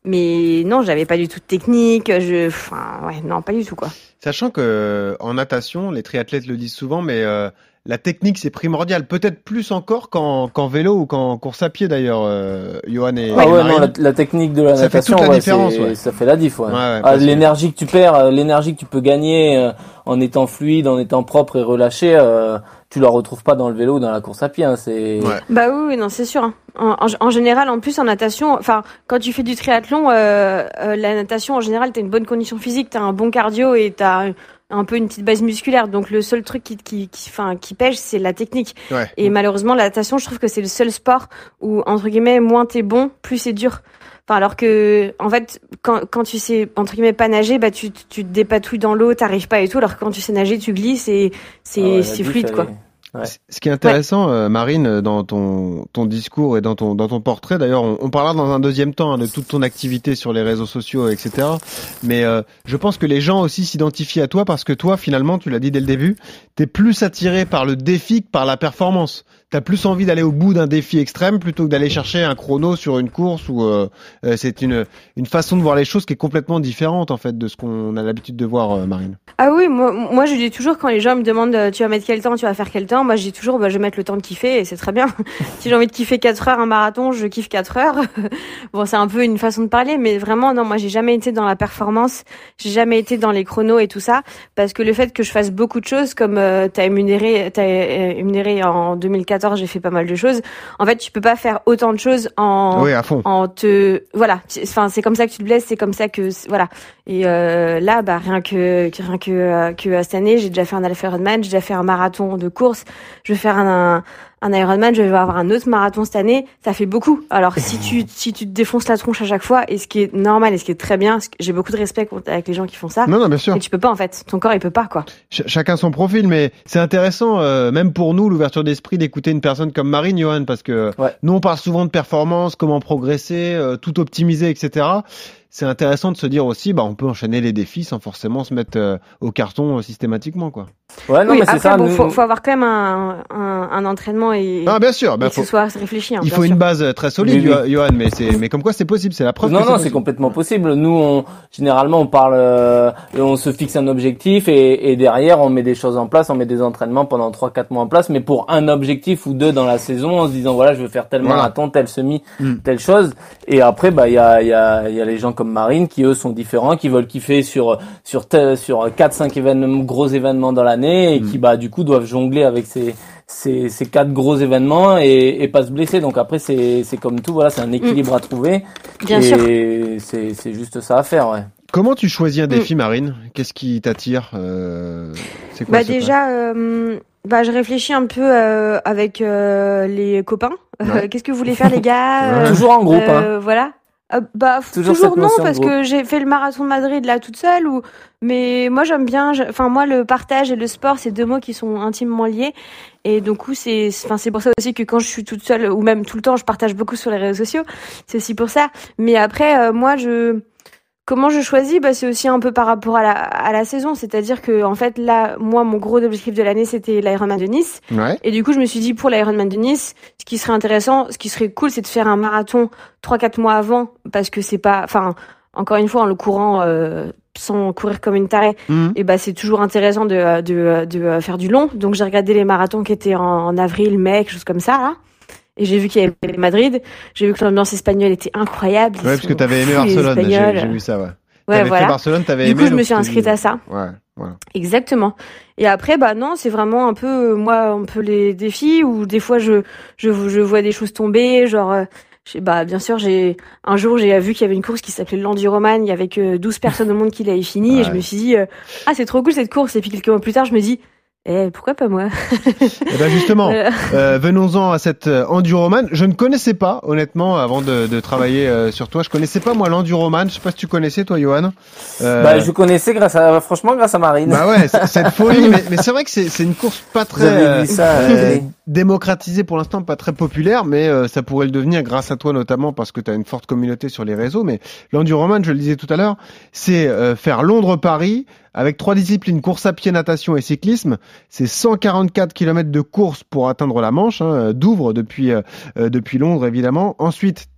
[SPEAKER 9] Mais non, j'avais pas du tout de technique. Je, enfin, ouais, non, pas du tout quoi.
[SPEAKER 3] Sachant que en natation, les triathlètes le disent souvent, mais euh, la technique c'est primordial. Peut-être plus encore qu'en, qu'en vélo ou qu'en course à pied d'ailleurs, euh, Johan et,
[SPEAKER 4] ah
[SPEAKER 3] et
[SPEAKER 4] ouais,
[SPEAKER 3] Marine.
[SPEAKER 4] non, la, la technique de la
[SPEAKER 3] ça
[SPEAKER 4] natation,
[SPEAKER 3] fait toute la
[SPEAKER 4] ouais,
[SPEAKER 3] différence, ouais.
[SPEAKER 4] ça fait la diff. Ouais.
[SPEAKER 3] Ouais, ouais,
[SPEAKER 4] ah,
[SPEAKER 3] que...
[SPEAKER 4] l'énergie que tu perds, euh, l'énergie que tu peux gagner euh, en étant fluide, en étant propre et relâché, euh, tu la retrouves pas dans le vélo ou dans la course à pied. Hein, c'est.
[SPEAKER 3] Ouais.
[SPEAKER 9] Bah oui, oui, non, c'est sûr. Hein. En, en, en général, en plus en natation, enfin, quand tu fais du triathlon, euh, euh, la natation en général, t'as une bonne condition physique, t'as un bon cardio et t'as un peu une petite base musculaire. Donc le seul truc qui, qui, qui, enfin, qui pêche, c'est la technique.
[SPEAKER 3] Ouais.
[SPEAKER 9] Et malheureusement, la natation, je trouve que c'est le seul sport où entre guillemets, moins t'es bon, plus c'est dur. Enfin, alors que, en fait, quand, quand tu sais, entre guillemets, pas nager, bah, tu, tu te dépatouilles dans l'eau, t'arrives pas et tout, alors que quand tu sais nager, tu glisses et c'est,
[SPEAKER 4] Ah ouais,
[SPEAKER 9] c'est
[SPEAKER 4] diff,
[SPEAKER 9] fluide,
[SPEAKER 4] elle
[SPEAKER 9] quoi.
[SPEAKER 4] est- Ouais.
[SPEAKER 3] Ce qui est intéressant, ouais. euh, Marine, dans ton ton discours et dans ton dans ton portrait, d'ailleurs, on, on parlera dans un deuxième temps hein, de toute ton activité sur les réseaux sociaux, et cetera. Mais euh, je pense que les gens aussi s'identifient à toi parce que toi, finalement, tu l'as dit dès le début, t'es plus attiré par le défi que par la performance. T'as plus envie d'aller au bout d'un défi extrême plutôt que d'aller chercher un chrono sur une course où euh, euh, c'est une une façon de voir les choses qui est complètement différente en fait de ce qu'on a l'habitude de voir, euh, Marine.
[SPEAKER 9] Ah oui, moi, moi je dis toujours quand les gens me demandent euh, tu vas mettre quel temps, tu vas faire quel temps, moi je dis toujours bah, je vais mettre le temps de kiffer et c'est très bien. Si j'ai envie de kiffer quatre heures un marathon, je kiffe quatre heures. Bon, c'est un peu une façon de parler, mais vraiment non, moi j'ai jamais été dans la performance, j'ai jamais été dans les chronos et tout ça, parce que le fait que je fasse beaucoup de choses, comme euh, t'as énuméré, t'as euh, énuméré en deux mille quatorze, j'ai fait pas mal de choses. En fait, tu peux pas faire autant de choses en
[SPEAKER 3] Oui, à fond.
[SPEAKER 9] en te voilà. Enfin, c'est comme ça que tu te blesses, c'est comme ça que voilà. Et euh, là, bah rien que, que rien que euh, que cette année, j'ai déjà fait un Alpha Ironman, j'ai déjà fait un marathon de course, je vais faire un, un un Ironman, je vais avoir un autre marathon cette année, ça fait beaucoup. Alors si tu si tu te défonces la tronche à chaque fois, et ce qui est normal et ce qui est très bien, j'ai beaucoup de respect avec les gens qui font ça.
[SPEAKER 3] Non, non, bien sûr.
[SPEAKER 9] Mais tu peux pas en fait, ton corps il peut pas quoi.
[SPEAKER 3] Ch- chacun son profil, mais c'est intéressant, euh, même pour nous, l'ouverture d'esprit, d'écouter une personne comme Marine, Johan, parce que
[SPEAKER 4] Ouais.
[SPEAKER 3] nous on parle souvent de performance, comment progresser, euh, tout optimiser, et cetera. C'est intéressant de se dire aussi, bah on peut enchaîner les défis sans forcément se mettre euh, au carton euh, systématiquement, quoi.
[SPEAKER 4] Ouais, non,
[SPEAKER 9] oui,
[SPEAKER 4] mais c'est
[SPEAKER 9] après
[SPEAKER 4] ça.
[SPEAKER 9] bon,
[SPEAKER 4] nous-
[SPEAKER 9] faut, faut avoir quand même un, un, un entraînement et,
[SPEAKER 3] Ah bien sûr,
[SPEAKER 9] et
[SPEAKER 3] bah,
[SPEAKER 9] que
[SPEAKER 3] faut,
[SPEAKER 9] ce soit réfléchi. Hein,
[SPEAKER 3] il
[SPEAKER 9] bien
[SPEAKER 3] faut
[SPEAKER 9] sûr.
[SPEAKER 3] une base euh, très solide,
[SPEAKER 4] Oui, oui.
[SPEAKER 3] Johan, mais c'est, mais comme quoi c'est possible, c'est la preuve.
[SPEAKER 4] Non,
[SPEAKER 3] que
[SPEAKER 4] non, c'est
[SPEAKER 3] possible.
[SPEAKER 4] complètement possible. Nous, on, généralement, on parle, euh, on se fixe un objectif et, et derrière, on met des choses en place, on met des entraînements pendant trois, quatre mois en place, mais pour un objectif ou deux dans la saison, en se disant voilà, je veux faire tel
[SPEAKER 3] Voilà.
[SPEAKER 4] marathon, tel semi,
[SPEAKER 3] Mm.
[SPEAKER 4] telle chose. Et après, bah, il y a, il y a, il y a les gens comme Marine qui eux sont différents, qui veulent kiffer sur sur tel- sur quatre, cinq événements, gros événements dans l'année et
[SPEAKER 3] Mm.
[SPEAKER 4] qui bah du coup doivent jongler avec ces ces, ces quatre gros événements et, et pas se blesser. Donc après, c'est c'est comme tout, voilà, c'est un équilibre à trouver.
[SPEAKER 9] Bien
[SPEAKER 4] et
[SPEAKER 9] sûr.
[SPEAKER 4] c'est c'est juste ça à faire, ouais.
[SPEAKER 3] Comment tu choisis un défi, Marine? Qu'est-ce qui t'attire euh, C'est quoi
[SPEAKER 9] Bah
[SPEAKER 3] ce truc?
[SPEAKER 9] déjà, euh, bah je réfléchis un peu euh, avec euh, les copains. Euh,
[SPEAKER 3] Ouais.
[SPEAKER 9] Qu'est-ce que vous voulez faire les gars?
[SPEAKER 3] Ouais.
[SPEAKER 9] Euh,
[SPEAKER 4] Toujours en groupe, hein.
[SPEAKER 9] euh, Voilà. Euh, bah f-
[SPEAKER 4] Toujours
[SPEAKER 9] toujours,
[SPEAKER 4] cette
[SPEAKER 9] non
[SPEAKER 4] notion de
[SPEAKER 9] parce
[SPEAKER 4] groupe.
[SPEAKER 9] que j'ai fait le marathon de Madrid là toute seule ou mais moi j'aime bien je- enfin moi le partage et le sport c'est deux mots qui sont intimement liés et donc coup c'est enfin c'est pour ça aussi que quand je suis toute seule ou même tout le temps je partage beaucoup sur les réseaux sociaux c'est aussi pour ça mais après euh, moi je comment je choisis bah c'est aussi un peu par rapport à la à la saison c'est-à-dire que en fait là moi mon gros objectif de l'année c'était l'Ironman de Nice.
[SPEAKER 3] Ouais.
[SPEAKER 9] Et du coup, je me suis dit, pour l'Ironman de Nice, ce qui serait intéressant, ce qui serait cool, c'est de faire un marathon trois quatre mois avant, parce que c'est pas, enfin, encore une fois, en le courant, euh, sans courir comme une tarée,
[SPEAKER 3] Mhm.
[SPEAKER 9] et bah, c'est toujours intéressant de, de, de faire du long. Donc, j'ai regardé les marathons qui étaient en, en avril, mai, quelque chose comme ça, là. Et j'ai vu qu'il y avait les Madrid. J'ai vu que l'ambiance espagnole était incroyable. Ils
[SPEAKER 3] Ouais, parce que
[SPEAKER 9] sont
[SPEAKER 3] t'avais aimé
[SPEAKER 9] fous, les
[SPEAKER 3] Barcelone, j'ai,
[SPEAKER 9] Espagnols.
[SPEAKER 3] j'ai vu ça, ouais.
[SPEAKER 9] Ouais,
[SPEAKER 3] T'avais
[SPEAKER 9] voilà.
[SPEAKER 3] fait Barcelone, t'avais
[SPEAKER 9] Du
[SPEAKER 3] aimé.
[SPEAKER 9] coup, je
[SPEAKER 3] donc
[SPEAKER 9] me suis
[SPEAKER 3] tu t'es
[SPEAKER 9] inscrite
[SPEAKER 3] dit-
[SPEAKER 9] à ça.
[SPEAKER 3] Ouais, voilà.
[SPEAKER 9] Exactement. Et après, bah non, c'est vraiment un peu, euh, moi, un peu les défis où des fois je, je, je vois des choses tomber, genre, euh, je sais- bah bien sûr, j'ai un jour j'ai vu qu'il y avait une course qui s'appelait l'Enduroman, il y avait que douze personnes au monde qui l'avaient fini, et je
[SPEAKER 3] Ouais.
[SPEAKER 9] me suis dit, euh, ah c'est trop cool cette course. Et puis quelques mois plus tard, je me dis, eh pourquoi pas moi?
[SPEAKER 3] Eh ben justement,
[SPEAKER 9] Voilà.
[SPEAKER 3] euh, venons-en à cette euh, enduroman. Je ne connaissais pas, honnêtement, avant de, de travailler euh, sur toi, je connaissais pas moi l'enduroman. Je sais pas si tu connaissais toi, Johan. Euh,
[SPEAKER 4] Bah, je connaissais grâce à, franchement, grâce à Marine.
[SPEAKER 3] Bah ouais, c- cette folie, mais, mais c'est vrai que c'est, c'est une course pas très
[SPEAKER 4] J'avais
[SPEAKER 3] euh,
[SPEAKER 4] vu ça,
[SPEAKER 3] euh,
[SPEAKER 4] euh,
[SPEAKER 3] démocratisée pour l'instant, pas très populaire, mais euh, ça pourrait le devenir grâce à toi notamment parce que tu as une forte communauté sur les réseaux. Mais l'enduroman, je le disais tout à l'heure, c'est euh, faire Londres-Paris avec trois disciplines, course à pied, natation et cyclisme. C'est cent quarante-quatre kilomètres de course pour atteindre la Manche, hein, Douvres depuis euh, euh, depuis Londres évidemment. Ensuite,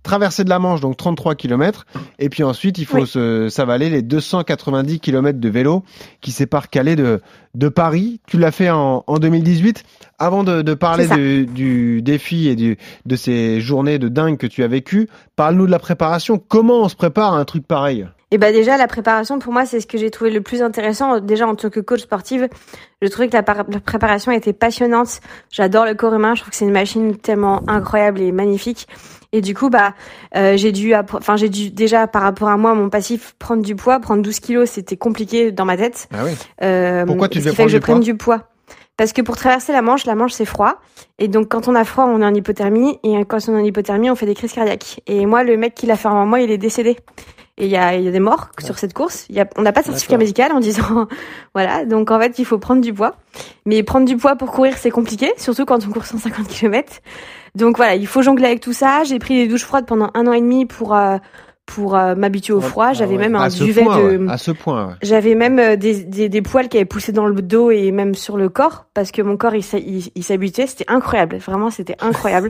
[SPEAKER 3] traversée de la Manche, donc trente-trois kilomètres, et puis ensuite il faut
[SPEAKER 9] Oui.
[SPEAKER 3] se s'avaler les deux cent quatre-vingt-dix kilomètres de vélo qui séparent Calais de de Paris. Tu l'as fait en, en deux mille dix-huit. Avant de, de parler du, du défi et du, de ces journées de dingue que tu as vécues, parle-nous de la préparation. Comment on se prépare à un truc pareil?
[SPEAKER 9] Et bah déjà la préparation pour moi c'est ce que j'ai trouvé le plus intéressant. Déjà en tant que coach sportive, je trouvais que la, par- la préparation était passionnante. J'adore le corps humain, je trouve que c'est une machine tellement incroyable et magnifique. Et du coup bah euh, j'ai dû appre- enfin j'ai dû déjà par rapport à moi mon passif prendre du poids, prendre douze kilos, c'était compliqué dans ma tête.
[SPEAKER 3] Ah oui.
[SPEAKER 9] Euh,
[SPEAKER 3] Pourquoi tu
[SPEAKER 9] ce
[SPEAKER 3] devais
[SPEAKER 9] qui fait que
[SPEAKER 3] prendre
[SPEAKER 9] je
[SPEAKER 3] du
[SPEAKER 9] prenne
[SPEAKER 3] poids
[SPEAKER 9] du poids. Parce que pour traverser la Manche, la Manche c'est froid. Et donc quand on a froid, on est en hypothermie. Et quand on est en hypothermie, on fait des crises cardiaques. Et moi, le mec qui l'a fait avant moi, il est décédé. Et il y a, il y a des morts ouais. sur cette course. Il y a, on n'a pas de certificat
[SPEAKER 4] D'accord.
[SPEAKER 9] médical en disant, voilà. Donc en fait, il faut prendre du poids. Mais prendre du poids pour courir, c'est compliqué. Surtout quand on court cent cinquante kilomètres. Donc voilà, il faut jongler avec tout ça. J'ai pris des douches froides pendant un an et demi pour, euh, pour euh, m'habituer au froid. J'avais
[SPEAKER 4] Ah ouais.
[SPEAKER 9] même un
[SPEAKER 3] À ce
[SPEAKER 9] duvet
[SPEAKER 3] point,
[SPEAKER 9] de...
[SPEAKER 3] ouais. À ce point, ouais.
[SPEAKER 9] J'avais même euh, des, des, des poils qui avaient poussé dans le dos et même sur le corps parce que mon corps, il, s'a- il, il s'habituait. C'était incroyable. Vraiment, c'était incroyable.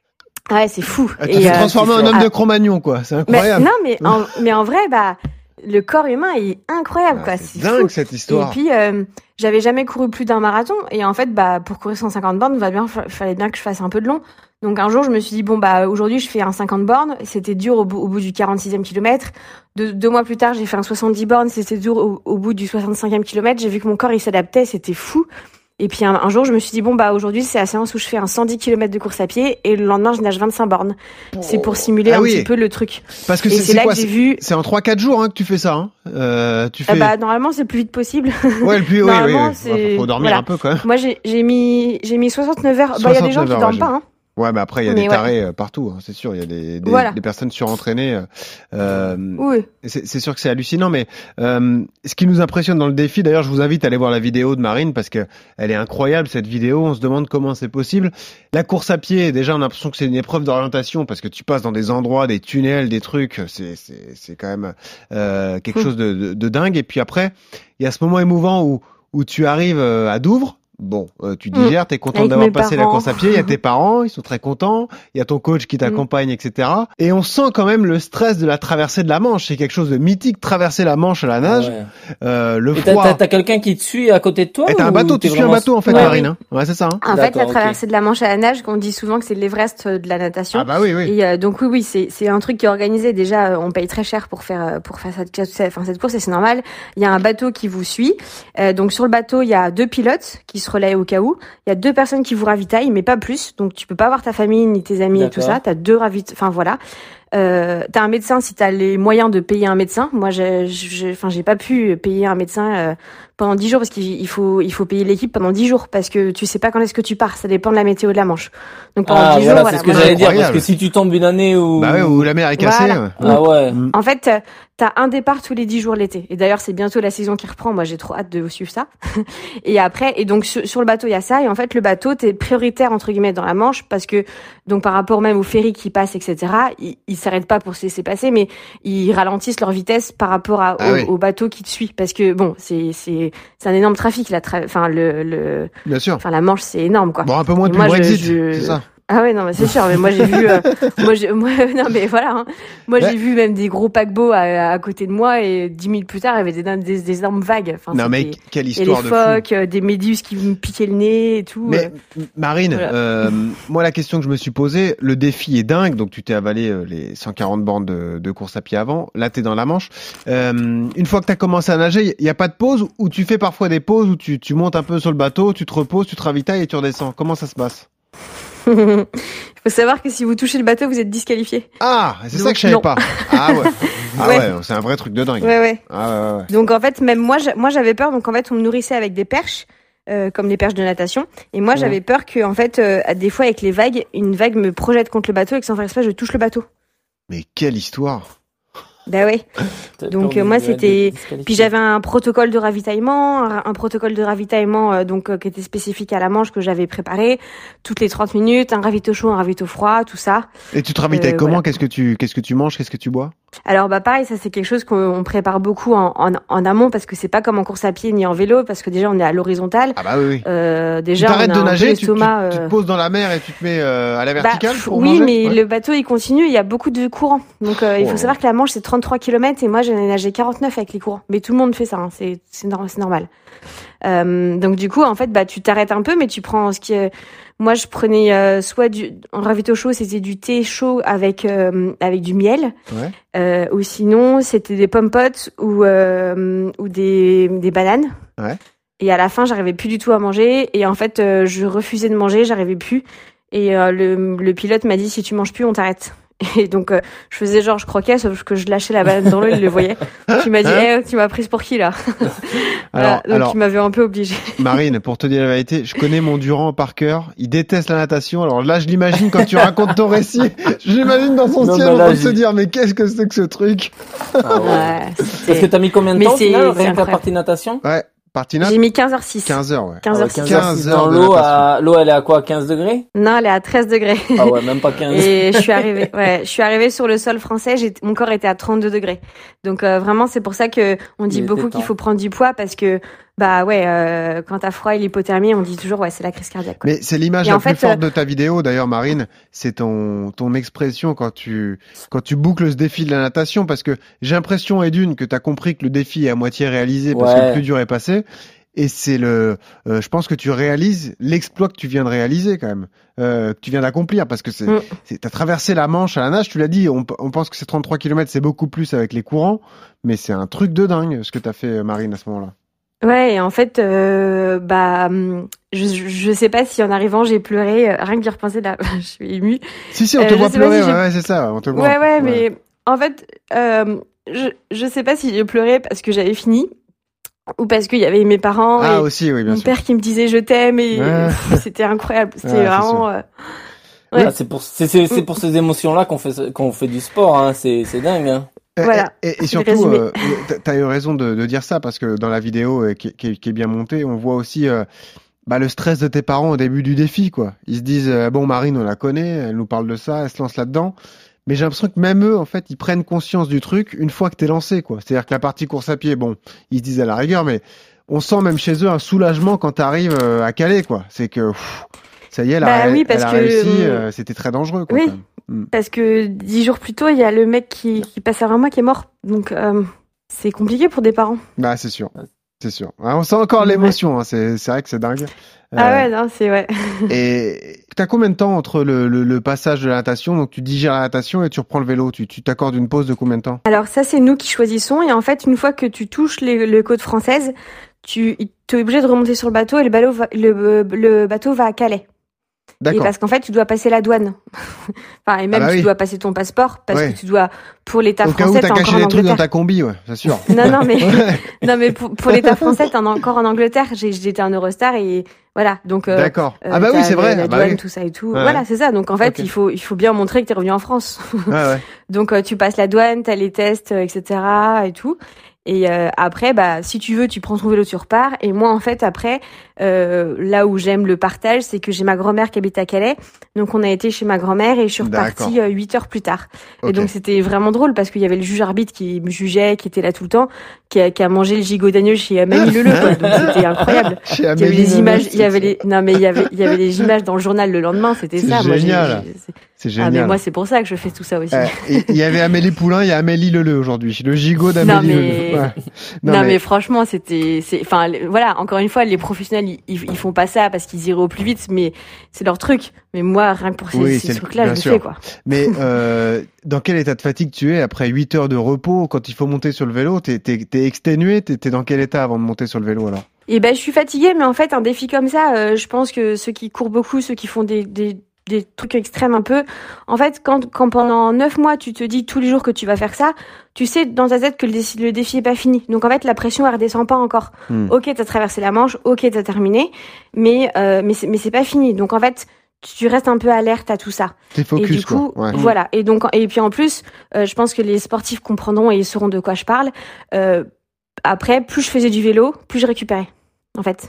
[SPEAKER 9] Ah ouais, c'est fou.
[SPEAKER 3] Ah, tu t'es
[SPEAKER 9] euh,
[SPEAKER 3] transformé en
[SPEAKER 9] c'est-
[SPEAKER 3] homme
[SPEAKER 9] ah,
[SPEAKER 3] de Cro-Magnon, quoi. C'est
[SPEAKER 9] mais,
[SPEAKER 3] incroyable.
[SPEAKER 9] non, mais en, mais en vrai, bah, le corps humain est incroyable,
[SPEAKER 3] Ah,
[SPEAKER 9] quoi.
[SPEAKER 3] c'est
[SPEAKER 9] C'est
[SPEAKER 3] dingue
[SPEAKER 9] fou.
[SPEAKER 3] cette
[SPEAKER 9] Et
[SPEAKER 3] histoire.
[SPEAKER 9] puis, euh, j'avais jamais couru plus d'un marathon. Et en fait, bah, pour courir cent cinquante bornes, va bien, fa- fallait bien que je fasse un peu de long. Donc, un jour, je me suis dit, bon, bah, aujourd'hui, je fais un cinquante bornes. C'était dur au bout, au bout du quarante-sixième kilomètre. De, deux mois plus tard, j'ai fait un soixante-dix bornes. C'était dur au, au bout du soixante-cinquième kilomètre. J'ai vu que mon corps, il s'adaptait. C'était fou. Et puis, un, un jour, je me suis dit, bon, bah, aujourd'hui, c'est la séance où je fais un cent dix kilomètres de course à pied. Et le lendemain, je nage vingt-cinq bornes. C'est pour simuler
[SPEAKER 3] Ah
[SPEAKER 9] un
[SPEAKER 3] oui.
[SPEAKER 9] petit peu le truc.
[SPEAKER 3] Parce que
[SPEAKER 9] Et
[SPEAKER 3] c'est,
[SPEAKER 9] c'est
[SPEAKER 3] c'est
[SPEAKER 9] là
[SPEAKER 3] quoi
[SPEAKER 9] que j'ai
[SPEAKER 3] c'est,
[SPEAKER 9] vu.
[SPEAKER 3] c'est en trois quatre jours hein, que tu fais ça. Hein. Euh, tu fais.
[SPEAKER 9] Ah bah, normalement, c'est le plus vite possible.
[SPEAKER 3] ouais, le plus. Oui, oui,
[SPEAKER 9] normalement,
[SPEAKER 3] oui.
[SPEAKER 9] c'est-
[SPEAKER 3] Ouais, faut dormir
[SPEAKER 9] voilà.
[SPEAKER 3] un peu quand même.
[SPEAKER 9] Moi, j'ai, j'ai mis, j'ai mis soixante-neuf heures. Bah, il y a des gens
[SPEAKER 3] soixante-neuf
[SPEAKER 9] qui
[SPEAKER 3] heures,
[SPEAKER 9] dorment
[SPEAKER 3] ouais,
[SPEAKER 9] pas, hein.
[SPEAKER 3] Ouais, mais après il y a
[SPEAKER 9] Mais
[SPEAKER 3] des
[SPEAKER 9] ouais.
[SPEAKER 3] tarés euh, partout. Hein, c'est sûr, il y a des, des,
[SPEAKER 9] Voilà.
[SPEAKER 3] des personnes surentraînées. Euh, euh,
[SPEAKER 9] Oui.
[SPEAKER 3] c'est, c'est sûr que c'est hallucinant, mais euh, ce qui nous impressionne dans le défi, d'ailleurs, je vous invite à aller voir la vidéo de Marine parce que elle est incroyable cette vidéo. On se demande comment c'est possible. La course à pied, déjà, on a l'impression que c'est une épreuve d'orientation parce que tu passes dans des endroits, des tunnels, des trucs. C'est, c'est, c'est quand même euh, quelque
[SPEAKER 9] Mmh.
[SPEAKER 3] chose de, de, de dingue. Et puis après, il y a ce moment émouvant où où tu arrives euh, à Douvres. Bon, euh, tu digères, t'es content
[SPEAKER 9] Avec
[SPEAKER 3] d'avoir
[SPEAKER 9] mes
[SPEAKER 3] passé la
[SPEAKER 9] parents.
[SPEAKER 3] course à pied. Il y a tes parents, ils sont très contents. Il y a ton coach qui t'accompagne, et cetera. Et on sent quand même le stress de la traversée de la Manche. C'est quelque chose de mythique, traverser la Manche à la nage.
[SPEAKER 4] Ouais.
[SPEAKER 3] Euh, le
[SPEAKER 4] Et t'as,
[SPEAKER 3] froid.
[SPEAKER 4] t'as, t'as quelqu'un qui te suit à côté de toi
[SPEAKER 3] Et t'as un
[SPEAKER 4] ou
[SPEAKER 3] bateau, tu
[SPEAKER 4] t'es
[SPEAKER 3] suis un
[SPEAKER 4] vraiment-
[SPEAKER 3] bateau en fait,
[SPEAKER 9] Ouais,
[SPEAKER 3] Marine.
[SPEAKER 9] oui.
[SPEAKER 3] Hein. Ouais, c'est ça. Hein.
[SPEAKER 9] En fait,
[SPEAKER 4] D'accord,
[SPEAKER 9] la
[SPEAKER 4] ok.
[SPEAKER 9] traversée de la Manche à la nage, on dit souvent que c'est l'Everest de la natation.
[SPEAKER 3] Ah bah oui, oui.
[SPEAKER 9] Et euh, donc oui, oui, c'est c'est un truc qui est organisé. Déjà, euh, on paye très cher pour faire euh, pour faire cette cette, enfin, cette course et c'est normal. Il y a un bateau qui vous suit. Euh, donc sur le bateau, il y a deux pilotes qui se relaient au cas où. Il y a deux personnes qui vous ravitaillent, mais pas plus. Donc tu peux pas voir ta famille ni tes amis et tout
[SPEAKER 4] D'accord.
[SPEAKER 9] ça. T'as deux ravit, enfin voilà. Euh, t'as un médecin si t'as les moyens de payer un médecin. Moi, j'ai, j'ai, enfin, j'ai pas pu payer un médecin euh, pendant dix jours parce qu'il il faut, il faut payer l'équipe pendant dix jours parce que tu sais pas quand est-ce que tu pars. Ça dépend de la météo de la Manche. Donc pendant
[SPEAKER 4] Ah,
[SPEAKER 9] dix
[SPEAKER 4] voilà,
[SPEAKER 9] jours,
[SPEAKER 4] c'est
[SPEAKER 9] voilà.
[SPEAKER 4] ce que
[SPEAKER 9] moi,
[SPEAKER 4] j'allais dire, parce
[SPEAKER 3] Incroyable.
[SPEAKER 4] que si tu tombes une année où...
[SPEAKER 3] Bah ouais, où la mer est cassée.
[SPEAKER 9] Voilà.
[SPEAKER 3] ouais.
[SPEAKER 4] Ah ouais.
[SPEAKER 3] Mm.
[SPEAKER 9] En fait, euh, t'as un départ tous les dix jours l'été. Et d'ailleurs, c'est bientôt la saison qui reprend. Moi, j'ai trop hâte de suivre ça. Et après, et donc sur, sur le bateau, il y a ça. Et en fait, le bateau, t'es prioritaire entre guillemets dans la Manche parce que donc par rapport même au ferry qui passe, et cetera. Ils, ils s'arrêtent pas pour se laisser passer, mais ils ralentissent leur vitesse par rapport à,
[SPEAKER 3] Ah
[SPEAKER 9] au,
[SPEAKER 3] oui.
[SPEAKER 9] au bateau qui te suit parce que bon, c'est c'est c'est un énorme trafic là. Tra- Enfin le le
[SPEAKER 3] Bien sûr.
[SPEAKER 9] enfin la Manche, c'est énorme quoi.
[SPEAKER 3] Bon, un peu moins
[SPEAKER 9] Et
[SPEAKER 3] depuis
[SPEAKER 9] moi,
[SPEAKER 3] le
[SPEAKER 9] je-
[SPEAKER 3] Brexit,
[SPEAKER 9] je-
[SPEAKER 3] c'est ça.
[SPEAKER 9] Ah ouais, non, mais c'est sûr. Mais moi, j'ai vu, euh, moi, j'ai, moi, non, mais voilà, hein. Moi,
[SPEAKER 3] Ouais.
[SPEAKER 9] j'ai vu même des gros paquebots à, à côté de moi et dix minutes plus tard, il y avait des, des, des énormes vagues. Enfin,
[SPEAKER 3] Non, mais
[SPEAKER 9] c'était-
[SPEAKER 3] quelle
[SPEAKER 9] et les
[SPEAKER 3] histoire de fou.
[SPEAKER 9] phoques, euh, des méduses qui me piquaient le nez et tout.
[SPEAKER 3] Mais
[SPEAKER 9] euh.
[SPEAKER 3] M- Marine,
[SPEAKER 9] voilà.
[SPEAKER 3] euh, moi la question que je me suis posée, le défi est dingue, donc tu t'es avalé euh, les cent quarante bornes de, de course à pied avant, là t'es dans la Manche. Euh, une fois que t'as commencé à nager, il n'y a pas de pause ou tu fais parfois des pauses où tu, tu montes un peu sur le bateau, tu te reposes, tu te ravitailles et tu redescends. Comment ça se passe?
[SPEAKER 9] Il faut savoir que si vous touchez le bateau, vous êtes disqualifié.
[SPEAKER 3] Ah, c'est ça
[SPEAKER 9] Donc,
[SPEAKER 3] que je savais
[SPEAKER 9] non.
[SPEAKER 3] pas. Ah ouais. Ah
[SPEAKER 9] Ouais.
[SPEAKER 3] ouais, c'est un vrai truc de dingue.
[SPEAKER 9] Ouais, ouais.
[SPEAKER 3] Ah ouais, ouais, ouais.
[SPEAKER 9] Donc en fait, même moi, j'a- moi j'avais peur. Donc en fait, on me nourrissait avec des perches, euh, comme les perches de natation. Et moi,
[SPEAKER 4] Ouais.
[SPEAKER 9] j'avais peur que, en fait, euh, des fois avec les vagues, une vague me projette contre le bateau et que sans faire exprès, je touche le bateau.
[SPEAKER 3] Mais quelle histoire.
[SPEAKER 9] Bah ouais.
[SPEAKER 4] T'as
[SPEAKER 9] Donc,
[SPEAKER 4] peur
[SPEAKER 9] euh, moi,
[SPEAKER 4] de- de-
[SPEAKER 9] c'était-
[SPEAKER 4] de disqualifier.
[SPEAKER 9] Puis j'avais un protocole de ravitaillement, un, un protocole de ravitaillement euh, donc euh, qui était spécifique à la Manche que j'avais préparé toutes les trente minutes, un ravito chaud, un ravito froid, tout ça.
[SPEAKER 3] Et tu te ravitailles
[SPEAKER 9] Euh,
[SPEAKER 3] comment?
[SPEAKER 9] voilà.
[SPEAKER 3] Qu'est-ce que tu, qu'est-ce que tu manges? Qu'est-ce que tu bois?
[SPEAKER 9] Alors bah pareil, ça c'est quelque chose qu'on prépare beaucoup en, en, en amont parce que c'est pas comme en course à pied ni en vélo parce que déjà on est à l'horizontale.
[SPEAKER 3] Ah bah oui. oui.
[SPEAKER 9] Euh, déjà
[SPEAKER 3] tu t'arrêtes
[SPEAKER 9] on a
[SPEAKER 3] de nager, tu, tu,
[SPEAKER 9] l'estomac,
[SPEAKER 3] tu
[SPEAKER 9] euh...
[SPEAKER 3] te poses dans la mer et tu te mets euh, à la verticale
[SPEAKER 9] bah,
[SPEAKER 3] pour
[SPEAKER 9] oui,
[SPEAKER 3] manger.
[SPEAKER 9] mais
[SPEAKER 3] ouais.
[SPEAKER 9] le bateau il continue, il y a beaucoup de courants. Donc euh, il faut
[SPEAKER 3] Oh.
[SPEAKER 9] savoir que la Manche c'est trente-trois kilomètres et moi j'en ai nagé quarante-neuf avec les courants. Mais tout le monde fait ça, hein. c'est c'est, no- c'est normal. Euh, donc du coup en fait bah tu t'arrêtes un peu mais tu prends ce qui est... Moi je prenais euh, soit du en ravito chaud, c'était du thé chaud avec euh, avec du miel.
[SPEAKER 3] Ouais.
[SPEAKER 9] Euh, ou sinon, c'était des pommes potes ou, euh, ou des, des bananes.
[SPEAKER 3] Ouais.
[SPEAKER 9] Et à la fin, j'arrivais plus du tout à manger. Et en fait, euh, je refusais de manger, j'arrivais plus. Et euh, le, le pilote m'a dit, si tu manges plus, on t'arrête. Et donc, euh, je faisais genre, je croquais, sauf que je lâchais la banane dans l'eau, il le voyait. Donc, il m'a dit, hey, tu m'as prise pour qui, là? Voilà,
[SPEAKER 3] Alors,
[SPEAKER 9] donc,
[SPEAKER 3] alors,
[SPEAKER 9] il m'avait un peu obligée.
[SPEAKER 3] Marine, pour te dire la vérité, je connais mon Durand par cœur. Il déteste la natation. Alors là, je l'imagine quand tu racontes ton récit. Je l'imagine dans son
[SPEAKER 4] Non,
[SPEAKER 3] ciel
[SPEAKER 4] mais
[SPEAKER 3] en
[SPEAKER 4] là,
[SPEAKER 3] train de se
[SPEAKER 4] j'ai-
[SPEAKER 3] dire, mais qu'est-ce que c'est que ce truc?
[SPEAKER 4] Ah ouais.
[SPEAKER 9] Ouais,
[SPEAKER 4] Parce
[SPEAKER 9] c'était-
[SPEAKER 4] que t'as mis combien de
[SPEAKER 9] Mais
[SPEAKER 4] temps, au
[SPEAKER 9] c'est-
[SPEAKER 4] final,
[SPEAKER 9] c'est
[SPEAKER 4] rien que la
[SPEAKER 9] incroyable.
[SPEAKER 4] partie natation?
[SPEAKER 3] Ouais. Partie nat,
[SPEAKER 9] J'ai mis quinze heures six.
[SPEAKER 3] quinze heures, ouais.
[SPEAKER 9] quinze heures
[SPEAKER 4] Ah ouais,
[SPEAKER 9] six.
[SPEAKER 4] quinze heures
[SPEAKER 3] quinze
[SPEAKER 4] six
[SPEAKER 3] heures
[SPEAKER 4] dans
[SPEAKER 3] de
[SPEAKER 4] l'eau,
[SPEAKER 3] natation.
[SPEAKER 4] à... l'eau elle est à quoi, quinze degrés?
[SPEAKER 9] Non, elle est à treize degrés.
[SPEAKER 4] Ah ouais, même pas quinze.
[SPEAKER 9] Et je suis arrivée, ouais, je suis arrivée sur le sol français, j'ai, mon corps était à trente-deux degrés. Donc euh, vraiment, c'est pour ça que on dit
[SPEAKER 4] Il
[SPEAKER 9] beaucoup
[SPEAKER 4] était
[SPEAKER 9] qu'il
[SPEAKER 4] temps.
[SPEAKER 9] faut prendre du poids parce que bah ouais, euh, quand t'as froid et l'hypothermie, on dit toujours ouais, c'est la crise cardiaque. Quoi.
[SPEAKER 3] Mais c'est l'image
[SPEAKER 9] Et
[SPEAKER 3] la
[SPEAKER 9] en
[SPEAKER 3] plus
[SPEAKER 9] fait,
[SPEAKER 3] forte
[SPEAKER 9] euh,
[SPEAKER 3] de ta vidéo, d'ailleurs, Marine. C'est ton, ton expression quand tu, quand tu boucles ce défi de la natation, parce que j'ai l'impression, Edune, que t'as compris que le défi est à moitié réalisé parce que
[SPEAKER 4] Ouais.
[SPEAKER 3] le plus dur est passé. Et c'est le, euh, je pense que tu réalises l'exploit que tu viens de réaliser quand même, euh, que tu viens d'accomplir, parce que c'est,
[SPEAKER 9] Mm.
[SPEAKER 3] c'est, t'as traversé la Manche à la nage. Tu l'as dit, on, on pense que c'est trente-trois kilomètres, c'est beaucoup plus avec les courants, mais c'est un truc de dingue ce que t'as fait, Marine, à ce moment-là.
[SPEAKER 9] Ouais, et en fait, euh, bah, hum, je, je sais pas si en arrivant j'ai pleuré, euh, rien que d'y repenser là, je suis émue.
[SPEAKER 3] Si si, on
[SPEAKER 9] Euh,
[SPEAKER 3] te
[SPEAKER 9] je
[SPEAKER 3] voit
[SPEAKER 9] sais pas
[SPEAKER 3] pleurer,
[SPEAKER 9] si
[SPEAKER 3] ouais,
[SPEAKER 9] j'ai-
[SPEAKER 3] ouais, c'est ça, on te voit.
[SPEAKER 9] Ouais, ouais, mais en fait, euh, je, je sais pas si j'ai pleuré parce que j'avais fini ou parce qu'il y avait mes parents
[SPEAKER 3] Ah
[SPEAKER 9] et
[SPEAKER 3] aussi, oui, bien
[SPEAKER 9] mon
[SPEAKER 3] sûr.
[SPEAKER 9] père qui me disait je t'aime et
[SPEAKER 3] Ouais.
[SPEAKER 9] pff, c'était incroyable. C'était
[SPEAKER 3] Ouais, c'est
[SPEAKER 9] vraiment.
[SPEAKER 3] sûr.
[SPEAKER 9] euh, ouais.
[SPEAKER 4] Ah, c'est pour, c'est, c'est, c'est pour ces émotions-là qu'on fait, qu'on fait du sport, hein. C'est, c'est dingue, hein.
[SPEAKER 3] Et-
[SPEAKER 9] Voilà.
[SPEAKER 3] Et, et
[SPEAKER 9] C'est
[SPEAKER 3] surtout,
[SPEAKER 9] résumé.
[SPEAKER 3] euh, t'as- t'as eu raison de, de dire ça parce que dans la vidéo euh, qui, qui, qui est bien montée, on voit aussi euh, bah, le stress de tes parents au début du défi, quoi. Ils se disent euh, bon, Marine, on la connaît, elle nous parle de ça, elle se lance là-dedans. Mais j'ai l'impression que même eux, en fait, ils prennent conscience du truc une fois que t'es lancé, quoi. C'est-à-dire que la partie course à pied, bon, ils se disent à la rigueur, mais on sent même chez eux un soulagement quand t'arrives euh, à Calais, quoi. C'est que pff, ça y est, elle a,
[SPEAKER 9] Bah
[SPEAKER 3] ré-
[SPEAKER 9] oui, parce
[SPEAKER 3] elle a
[SPEAKER 9] que,
[SPEAKER 3] réussi.
[SPEAKER 9] euh,
[SPEAKER 3] euh, c'était très dangereux, quoi.
[SPEAKER 9] oui.
[SPEAKER 3] quand même. Mm.
[SPEAKER 9] Parce que dix jours plus tôt, il y a le mec qui, qui passe avant moi qui est mort. Donc euh, c'est compliqué pour des parents.
[SPEAKER 3] Bah, c'est sûr. C'est sûr. Ouais, on sent encore
[SPEAKER 9] Ouais.
[SPEAKER 3] l'émotion, hein. C'est, c'est vrai que c'est dingue.
[SPEAKER 9] Ah
[SPEAKER 3] Euh,
[SPEAKER 9] ouais, non, c'est ouais.
[SPEAKER 3] Et t'as combien de temps entre le, le, le passage de la natation, donc tu digères la natation et tu reprends le vélo, tu, tu t'accordes une pause de combien de temps?
[SPEAKER 9] Alors ça, c'est nous qui choisissons. Et en fait, une fois que tu touches les, les côtes françaises, tu es obligé de remonter sur le bateau et le bateau va, le, le bateau va à Calais. Et
[SPEAKER 3] D'accord.
[SPEAKER 9] parce qu'en fait, tu dois passer la douane. Enfin, et même
[SPEAKER 3] Ah bah
[SPEAKER 9] tu
[SPEAKER 3] oui.
[SPEAKER 9] dois passer ton passeport parce
[SPEAKER 3] Ouais.
[SPEAKER 9] que tu dois, pour l'État
[SPEAKER 3] Au cas où
[SPEAKER 9] français,
[SPEAKER 3] t'as
[SPEAKER 9] t'es
[SPEAKER 3] caché
[SPEAKER 9] encore en
[SPEAKER 3] des trucs dans
[SPEAKER 9] Angleterre.
[SPEAKER 3] ta combi, ouais, c'est sûr.
[SPEAKER 9] Non, non, mais,
[SPEAKER 3] Ouais.
[SPEAKER 9] non, mais pour, pour l'État français, t'es en- encore en Angleterre. J'ai, j'étais en Eurostar et voilà. Donc, euh,
[SPEAKER 3] D'accord.
[SPEAKER 9] euh,
[SPEAKER 3] Ah bah oui,
[SPEAKER 9] t'as
[SPEAKER 3] c'est vrai.
[SPEAKER 9] La
[SPEAKER 3] Ah bah
[SPEAKER 9] douane,
[SPEAKER 3] oui.
[SPEAKER 9] tout ça et tout.
[SPEAKER 3] Ouais.
[SPEAKER 9] Voilà, c'est ça. Donc, en fait,
[SPEAKER 3] Ok.
[SPEAKER 9] il faut, il faut bien montrer que t'es revenu en France.
[SPEAKER 3] Ouais, ouais.
[SPEAKER 9] Donc, euh, tu passes la douane, t'as les tests, euh, et cetera et tout. Et euh, après, bah, si tu veux, tu prends ton vélo, tu repars. Et moi, en fait, après, euh, là où j'aime le partage, c'est que j'ai ma grand-mère qui habite à Calais. Donc, on a été chez ma grand-mère et je suis repartie
[SPEAKER 3] D'accord.
[SPEAKER 9] euh, huit heures plus tard.
[SPEAKER 3] Ok.
[SPEAKER 9] Et donc, c'était vraiment drôle parce qu'il y avait le juge arbitre qui me jugeait, qui était là tout le temps, qui a, qui a mangé le gigot d'agneau chez Amélie Leleu, quoi. Donc, c'était incroyable.
[SPEAKER 3] Chez
[SPEAKER 9] Il y avait
[SPEAKER 3] Amélie
[SPEAKER 9] les
[SPEAKER 3] Leleu,
[SPEAKER 9] images, il y
[SPEAKER 3] c'est-
[SPEAKER 9] avait les, non, mais il y avait, il y avait les images dans le journal le lendemain, c'était
[SPEAKER 3] C'est
[SPEAKER 9] ça. Moi, j'ai-
[SPEAKER 3] génial.
[SPEAKER 9] j'ai- c'est-
[SPEAKER 3] C'est
[SPEAKER 9] Ah,
[SPEAKER 3] génial.
[SPEAKER 9] mais moi, c'est pour ça que je fais tout ça aussi.
[SPEAKER 3] Euh, et il y avait Amélie Poulain, il y a Amélie Leleu aujourd'hui. Le gigot
[SPEAKER 9] Non,
[SPEAKER 3] d'Amélie
[SPEAKER 9] mais-
[SPEAKER 3] Leleu. Ouais.
[SPEAKER 9] Non, mais... franchement, c'était, c'est, enfin, le- voilà, encore une fois, les professionnels, ils, ils ils font pas ça parce qu'ils iraient au plus vite, mais c'est leur truc. Mais moi, rien que pour ces,
[SPEAKER 3] Oui,
[SPEAKER 9] ces
[SPEAKER 3] c'est le-
[SPEAKER 9] trucs-là, je
[SPEAKER 3] bien
[SPEAKER 9] le
[SPEAKER 3] sûr.
[SPEAKER 9] fais, quoi.
[SPEAKER 3] Mais euh, dans quel état de fatigue tu es après huit heures de repos quand il faut monter sur le vélo? T'es, t'es, t'es exténué? T'es, t'es dans quel état avant de monter sur le vélo alors?
[SPEAKER 9] Et ben, je suis fatiguée, mais en fait, un défi comme ça, euh, je pense que ceux qui courent beaucoup, ceux qui font des, des, des trucs extrêmes un peu, en fait, quand, quand pendant neuf mois, tu te dis tous les jours que tu vas faire ça, tu sais dans ta tête que le défi, le défi est pas fini. Donc, en fait, la pression, elle redescend pas encore.
[SPEAKER 3] Hmm.
[SPEAKER 9] Ok, t'as traversé la Manche, ok, t'as terminé, mais, euh, mais c'est, mais c'est pas fini. Donc, en fait, tu restes un peu alerte à tout ça.
[SPEAKER 3] T'es focus,
[SPEAKER 9] et du coup,
[SPEAKER 3] quoi. Ouais.
[SPEAKER 9] voilà. Et donc, et puis en plus, euh, je pense que les sportifs comprendront et ils sauront de quoi je parle. Euh, après, plus je faisais du vélo, plus je récupérais. En fait.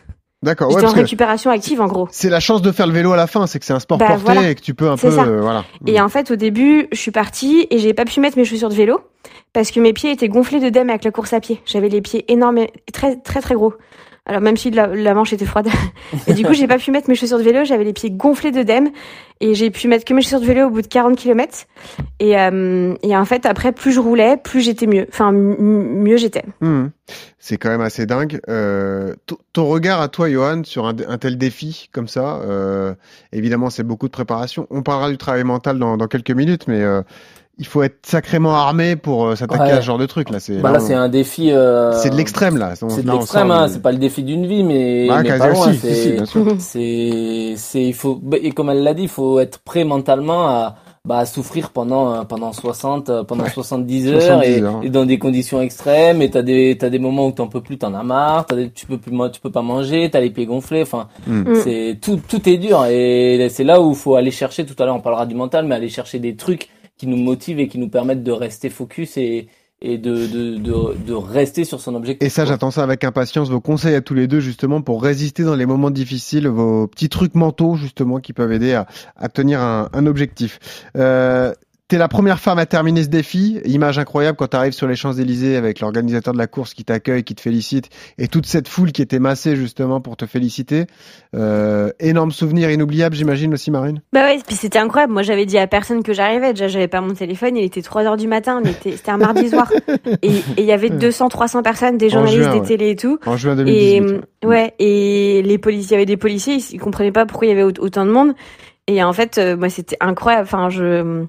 [SPEAKER 3] D'accord.
[SPEAKER 9] J'étais
[SPEAKER 3] Ouais,
[SPEAKER 9] en
[SPEAKER 3] parce que
[SPEAKER 9] récupération active en gros.
[SPEAKER 3] c'est la chance de faire le vélo à la fin, c'est que c'est un sport
[SPEAKER 9] Bah,
[SPEAKER 3] porté
[SPEAKER 9] voilà.
[SPEAKER 3] et que tu peux un
[SPEAKER 9] C'est
[SPEAKER 3] peu,
[SPEAKER 9] ça.
[SPEAKER 3] euh, voilà.
[SPEAKER 9] Et en fait, au début, je suis partie et j'ai pas pu mettre mes chaussures de vélo parce que mes pieds étaient gonflés d'œdème avec la course à pied. J'avais les pieds énormes, et très très très gros. Alors même si la, la manche était froide. Et du coup, j'ai pas pu mettre mes chaussures de vélo. J'avais les pieds gonflés d'œdème et j'ai pu mettre que mes chaussures de vélo au bout de quarante kilomètres. Et, euh, et en fait, après, plus je roulais, plus j'étais mieux. Enfin, m- mieux j'étais.
[SPEAKER 3] Mmh. C'est quand même assez dingue. Euh, t- ton regard à toi, Johan, sur un, un tel défi comme ça, euh, évidemment, c'est beaucoup de préparation. On parlera du travail mental dans, dans quelques minutes, mais euh, il faut être sacrément armé pour euh, s'attaquer
[SPEAKER 4] Ouais.
[SPEAKER 3] à ce genre de truc. Là, c'est
[SPEAKER 4] Bah
[SPEAKER 3] là,
[SPEAKER 4] là,
[SPEAKER 3] on-
[SPEAKER 4] c'est un défi. Euh...
[SPEAKER 3] c'est de l'extrême là. On-
[SPEAKER 4] C'est de
[SPEAKER 3] là, on
[SPEAKER 4] l'extrême,
[SPEAKER 3] sort
[SPEAKER 4] hein.
[SPEAKER 3] du-
[SPEAKER 4] C'est pas le défi d'une vie, mais,
[SPEAKER 3] Bah,
[SPEAKER 4] mais
[SPEAKER 3] quasi-
[SPEAKER 4] pas loin.
[SPEAKER 3] si, si, si,
[SPEAKER 4] C'est,
[SPEAKER 3] bien sûr.
[SPEAKER 4] c'est, c'est, il faut, et comme elle l'a dit, il faut être prêt mentalement à, bah, à souffrir pendant, euh, pendant soixante, euh, pendant
[SPEAKER 3] Ouais.
[SPEAKER 4] soixante-dix heures,
[SPEAKER 3] soixante-dix
[SPEAKER 4] et,
[SPEAKER 3] heures.
[SPEAKER 4] et dans des conditions extrêmes, et t'as des, t'as des moments où t'en peux plus, t'en as marre, t'as des, tu peux plus, ma- tu peux pas manger, t'as les pieds gonflés, enfin,
[SPEAKER 3] Mm.
[SPEAKER 4] c'est, tout, tout est dur, et c'est là où il faut aller chercher, tout à l'heure on parlera du mental, mais aller chercher des trucs qui nous motivent et qui nous permettent de rester focus et, et de, de, de, de rester sur son objectif.
[SPEAKER 3] Et ça, j'attends ça avec impatience. Vos conseils à tous les deux, justement, pour résister dans les moments difficiles, vos petits trucs mentaux, justement, qui peuvent aider à, à tenir un, un objectif. Euh, T'es la première femme à terminer ce défi. Image incroyable quand tu arrives sur les Champs-Élysées avec l'organisateur de la course qui t'accueille, qui te félicite, et toute cette foule qui était massée justement pour te féliciter. Euh, énorme souvenir inoubliable, j'imagine aussi, Marine.
[SPEAKER 9] Bah ouais, puis c'était incroyable. Moi, j'avais dit à personne que j'arrivais. Déjà, j'avais pas mon téléphone. Il était trois heures du matin. On était, c'était un mardi soir. Et et il y avait deux cents, trois cents personnes, des journalistes,
[SPEAKER 3] juin,
[SPEAKER 9] des
[SPEAKER 3] ouais.
[SPEAKER 9] télés et tout.
[SPEAKER 3] En juin deux mille
[SPEAKER 9] Et
[SPEAKER 3] dix-huit. ouais.
[SPEAKER 9] ouais, et les policiers, il y avait des policiers, ils, ils comprenaient pas pourquoi il y avait au- autant de monde. Et en fait, euh, moi, c'était incroyable. Enfin, je,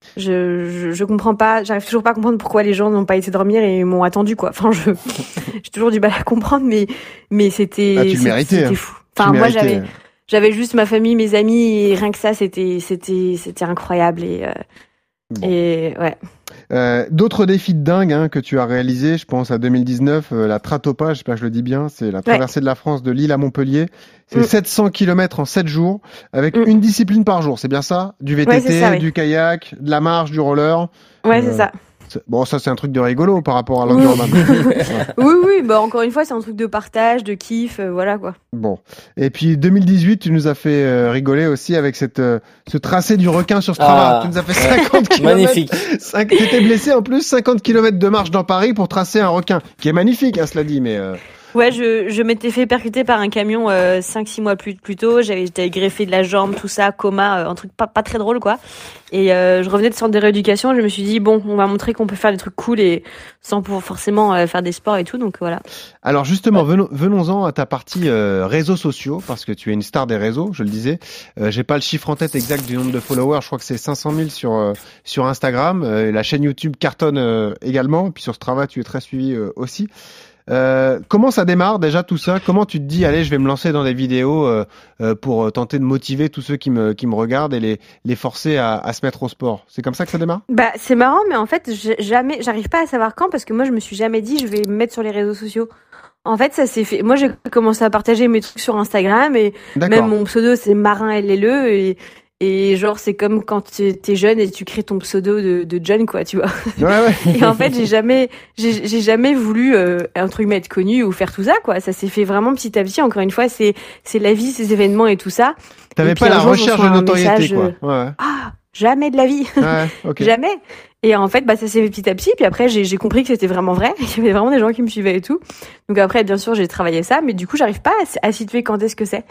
[SPEAKER 9] je, je, je comprends pas. J'arrive toujours pas à comprendre pourquoi les gens n'ont pas été dormir et m'ont attendu, quoi. Enfin, je, j'ai toujours du mal à comprendre, mais, mais c'était,
[SPEAKER 3] Ah, tu le
[SPEAKER 9] c'était-
[SPEAKER 3] méritais,
[SPEAKER 9] c'était
[SPEAKER 3] hein.
[SPEAKER 9] fou.
[SPEAKER 3] Tu
[SPEAKER 9] Enfin, moi,
[SPEAKER 3] méritais.
[SPEAKER 9] j'avais, j'avais juste ma famille, mes amis, et rien que ça, c'était, c'était, c'était incroyable. Et, euh,
[SPEAKER 3] Bon.
[SPEAKER 9] et ouais.
[SPEAKER 3] Euh, D'autres défis de dingue hein, que tu as réalisés, je pense à deux mille dix-neuf, euh, la Tratopa, je sais pas, je le dis bien, c'est la traversée de la France de Lille à Montpellier. C'est
[SPEAKER 9] Mm.
[SPEAKER 3] sept cents kilomètres en sept jours, avec
[SPEAKER 9] Mm.
[SPEAKER 3] une discipline par jour, c'est bien ça? Du V T T,
[SPEAKER 9] Ouais, c'est ça, oui.
[SPEAKER 3] du kayak, de la marche, du roller.
[SPEAKER 9] Ouais,
[SPEAKER 3] Euh,
[SPEAKER 9] c'est ça.
[SPEAKER 3] C'est- Bon, ça c'est un truc de rigolo par rapport à l'environnement.
[SPEAKER 9] Oui, oui, bah, encore une fois, c'est un truc de partage, de kiff, euh, voilà, quoi.
[SPEAKER 3] Bon. Et puis deux mille dix-huit, tu nous as fait euh, rigoler aussi avec cette, euh, ce tracé du requin sur Strava.
[SPEAKER 4] Ah.
[SPEAKER 3] Tu nous as fait cinquante kilomètres.
[SPEAKER 4] Magnifique.
[SPEAKER 3] cinq Tu étais blessé en plus, cinquante kilomètres de marche dans Paris pour tracer un requin, qui est magnifique, hein, cela dit, mais... Euh...
[SPEAKER 9] Ouais, je, je m'étais fait percuter par un camion euh, cinq six mois plus, plus tôt. J'avais j'étais greffé de la jambe, tout ça, coma, euh, un truc pas, pas très drôle, quoi. Et euh, je revenais de centre de rééducation. Je me suis dit, bon, on va montrer qu'on peut faire des trucs cool et sans pour forcément euh, faire des sports et tout. Donc voilà.
[SPEAKER 3] Alors justement, venons- venons-en à ta partie euh, réseaux sociaux, parce que tu es une star des réseaux, je le disais. Euh, j'ai pas le chiffre en tête exact du nombre de followers, je crois que c'est cinq cent mille sur euh, sur Instagram. Euh, la chaîne YouTube cartonne euh, également, et puis sur Strava, tu es très suivi euh, aussi. Euh, comment ça démarre déjà tout ça? Comment tu te dis, allez, je vais me lancer dans des vidéos euh, euh, pour euh, tenter de motiver tous ceux qui me qui me regardent et les les forcer à, à se mettre au sport? C'est comme ça que ça démarre?
[SPEAKER 9] Bah, c'est marrant, mais en fait, j'ai jamais, j'arrive pas à savoir quand parce que moi, je me suis jamais dit, je vais me mettre sur les réseaux sociaux. En fait, ça s'est fait. Moi, j'ai commencé à partager mes trucs sur Instagram et
[SPEAKER 3] D'accord.
[SPEAKER 9] même mon pseudo, c'est Marin L L E et et genre, c'est comme quand tu- t'es jeune et tu crées ton pseudo de, de John, quoi, tu vois.
[SPEAKER 3] Ouais, ouais.
[SPEAKER 9] Et en fait, j'ai jamais, j'ai, j'ai jamais voulu euh, entre guillemets être connu ou faire tout ça, quoi. Ça s'est fait vraiment petit à petit. Encore une fois, c'est c'est la vie, ces événements et tout ça.
[SPEAKER 3] T'avais
[SPEAKER 9] Et puis
[SPEAKER 3] pas
[SPEAKER 9] un
[SPEAKER 3] la
[SPEAKER 9] jour, je
[SPEAKER 3] recherche de
[SPEAKER 9] reçois un
[SPEAKER 3] notoriété,
[SPEAKER 9] message,
[SPEAKER 3] quoi.
[SPEAKER 9] euh,
[SPEAKER 3] Ouais, ouais.
[SPEAKER 9] Ah, jamais de la vie,
[SPEAKER 3] Ouais, ok.
[SPEAKER 9] jamais. Et en fait, bah ça s'est fait petit à petit. Puis après, j'ai j'ai compris que c'était vraiment vrai. Il y avait vraiment des gens qui me suivaient et tout. Donc après, bien sûr, j'ai travaillé ça, mais du coup, j'arrive pas à, à situer quand est-ce que c'est.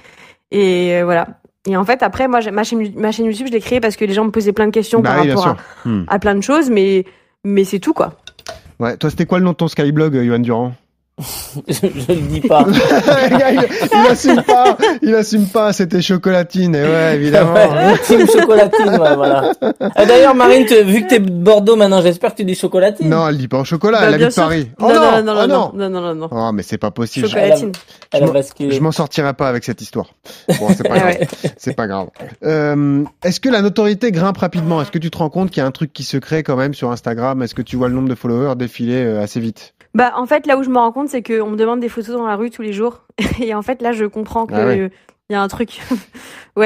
[SPEAKER 9] Et euh, voilà. Et en fait, après, moi, j'ai- ma chaîne, ma chaîne YouTube, je l'ai créée parce que les gens me posaient plein de questions
[SPEAKER 3] Bah
[SPEAKER 9] par
[SPEAKER 3] oui, bien
[SPEAKER 9] rapport
[SPEAKER 3] sûr. Hmm.
[SPEAKER 9] à, à plein de choses, mais mais c'est tout, quoi.
[SPEAKER 3] Ouais. Toi, c'était quoi le nom de ton Skyblog, euh, Johan Durand?
[SPEAKER 4] je, je le dis pas.
[SPEAKER 3] Le gars, il, il assume pas, il assume pas, c'était chocolatine, et ouais, évidemment.
[SPEAKER 4] Ouais, team chocolatine, ouais, voilà. Ah, d'ailleurs, Marine, tu- vu que t'es de Bordeaux maintenant, j'espère que tu dis chocolatine.
[SPEAKER 3] Non, elle dit pas en chocolat,
[SPEAKER 9] Bah,
[SPEAKER 3] elle
[SPEAKER 9] bien
[SPEAKER 3] habite
[SPEAKER 9] sûr.
[SPEAKER 3] Paris.
[SPEAKER 9] Non,
[SPEAKER 3] Oh
[SPEAKER 9] non, non,
[SPEAKER 3] oh
[SPEAKER 9] non, non,
[SPEAKER 3] non.
[SPEAKER 9] non, non, non, non.
[SPEAKER 3] Oh, mais c'est pas possible. Je,
[SPEAKER 9] Chocolatine.
[SPEAKER 4] Elle a
[SPEAKER 3] je
[SPEAKER 4] basculé.
[SPEAKER 3] je m'en sortirai pas avec cette histoire. Bon, c'est pas
[SPEAKER 9] Ah
[SPEAKER 3] grave.
[SPEAKER 9] ouais.
[SPEAKER 3] C'est pas grave. Euh, est-ce que la notoriété grimpe rapidement? Est-ce que tu te rends compte qu'il y a un truc qui se crée quand même sur Instagram? Est-ce que tu vois le nombre de followers défiler euh, assez vite?
[SPEAKER 9] Bah, en fait, là où je me rends compte, c'est qu'on me demande des photos dans la rue tous les jours. Et en fait, là, je comprends qu'il
[SPEAKER 3] Ah ouais.
[SPEAKER 9] y a un truc. Ouais.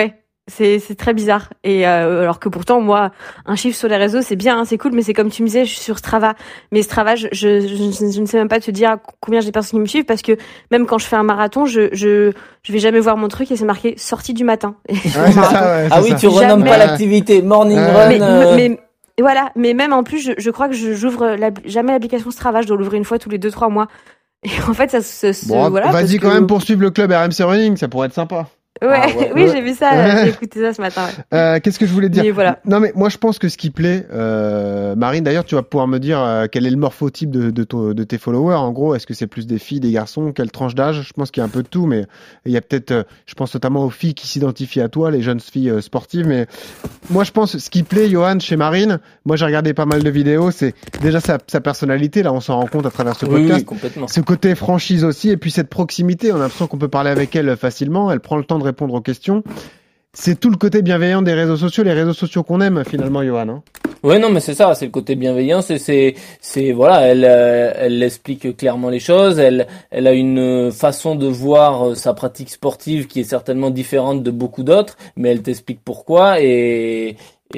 [SPEAKER 9] C'est c'est très bizarre. Et euh, alors que pourtant moi, un chiffre sur les réseaux c'est bien, hein, c'est cool, mais c'est comme tu me disais, je suis sur Strava. Mais Strava, je, je, je, je ne sais même pas te dire combien j'ai de personnes qui me suivent parce que même quand je fais un marathon, je je je vais jamais voir mon truc et c'est marqué sortie du matin.
[SPEAKER 3] Ouais, c'est ça, ouais,
[SPEAKER 4] ah
[SPEAKER 3] c'est
[SPEAKER 4] oui,
[SPEAKER 3] ça.
[SPEAKER 4] tu renommes pas l'activité morning
[SPEAKER 3] Ouais.
[SPEAKER 4] run.
[SPEAKER 9] Mais,
[SPEAKER 4] euh,
[SPEAKER 9] mais voilà, mais même en plus, je, je crois que je j'ouvre la, jamais l'application Strava. Je dois l'ouvrir une fois tous les deux trois mois. Et en fait, ça se, se
[SPEAKER 3] Bon,
[SPEAKER 9] voilà.
[SPEAKER 3] vas-y
[SPEAKER 9] parce
[SPEAKER 3] quand
[SPEAKER 9] que-
[SPEAKER 3] même poursuivre le club R M C Running, ça pourrait être sympa.
[SPEAKER 9] Ouais,
[SPEAKER 4] Ah ouais.
[SPEAKER 9] oui,
[SPEAKER 3] Ouais.
[SPEAKER 9] j'ai vu ça.
[SPEAKER 3] Ouais.
[SPEAKER 9] J'ai écouté ça ce matin. Ouais.
[SPEAKER 3] Euh, Qu'est-ce que je voulais dire
[SPEAKER 9] Mais voilà.
[SPEAKER 3] Non mais moi je pense que ce qui plaît, euh, Marine, d'ailleurs tu vas pouvoir me dire euh, quel est le morphotype de, de, ton- de tes followers. En gros, est-ce que c'est plus des filles, des garçons, quelle tranche d'âge? Je pense qu'il y a un peu de tout, mais il y a peut-être, euh, je pense notamment aux filles qui s'identifient à toi, les jeunes filles euh, sportives. Mais moi je pense ce qui plaît, Johan, chez Marine, moi j'ai regardé pas mal de vidéos, c'est déjà sa, sa personnalité. Là, on s'en rend compte à travers ce
[SPEAKER 4] oui,
[SPEAKER 3] podcast.
[SPEAKER 4] oui, complètement.
[SPEAKER 3] Ce côté franchise aussi, et puis cette proximité, on a l'impression qu'on peut parler avec elle facilement, elle prend le temps de répondre aux questions. C'est tout le côté bienveillant des réseaux sociaux, les réseaux sociaux qu'on aime finalement, Johan. Hein.
[SPEAKER 4] Ouais, non, mais c'est ça, c'est le côté bienveillant, c'est, c'est, c'est, voilà, elle, euh, elle explique clairement les choses, elle, elle a une façon de voir euh, sa pratique sportive qui est certainement différente de beaucoup d'autres, mais elle t'explique pourquoi et,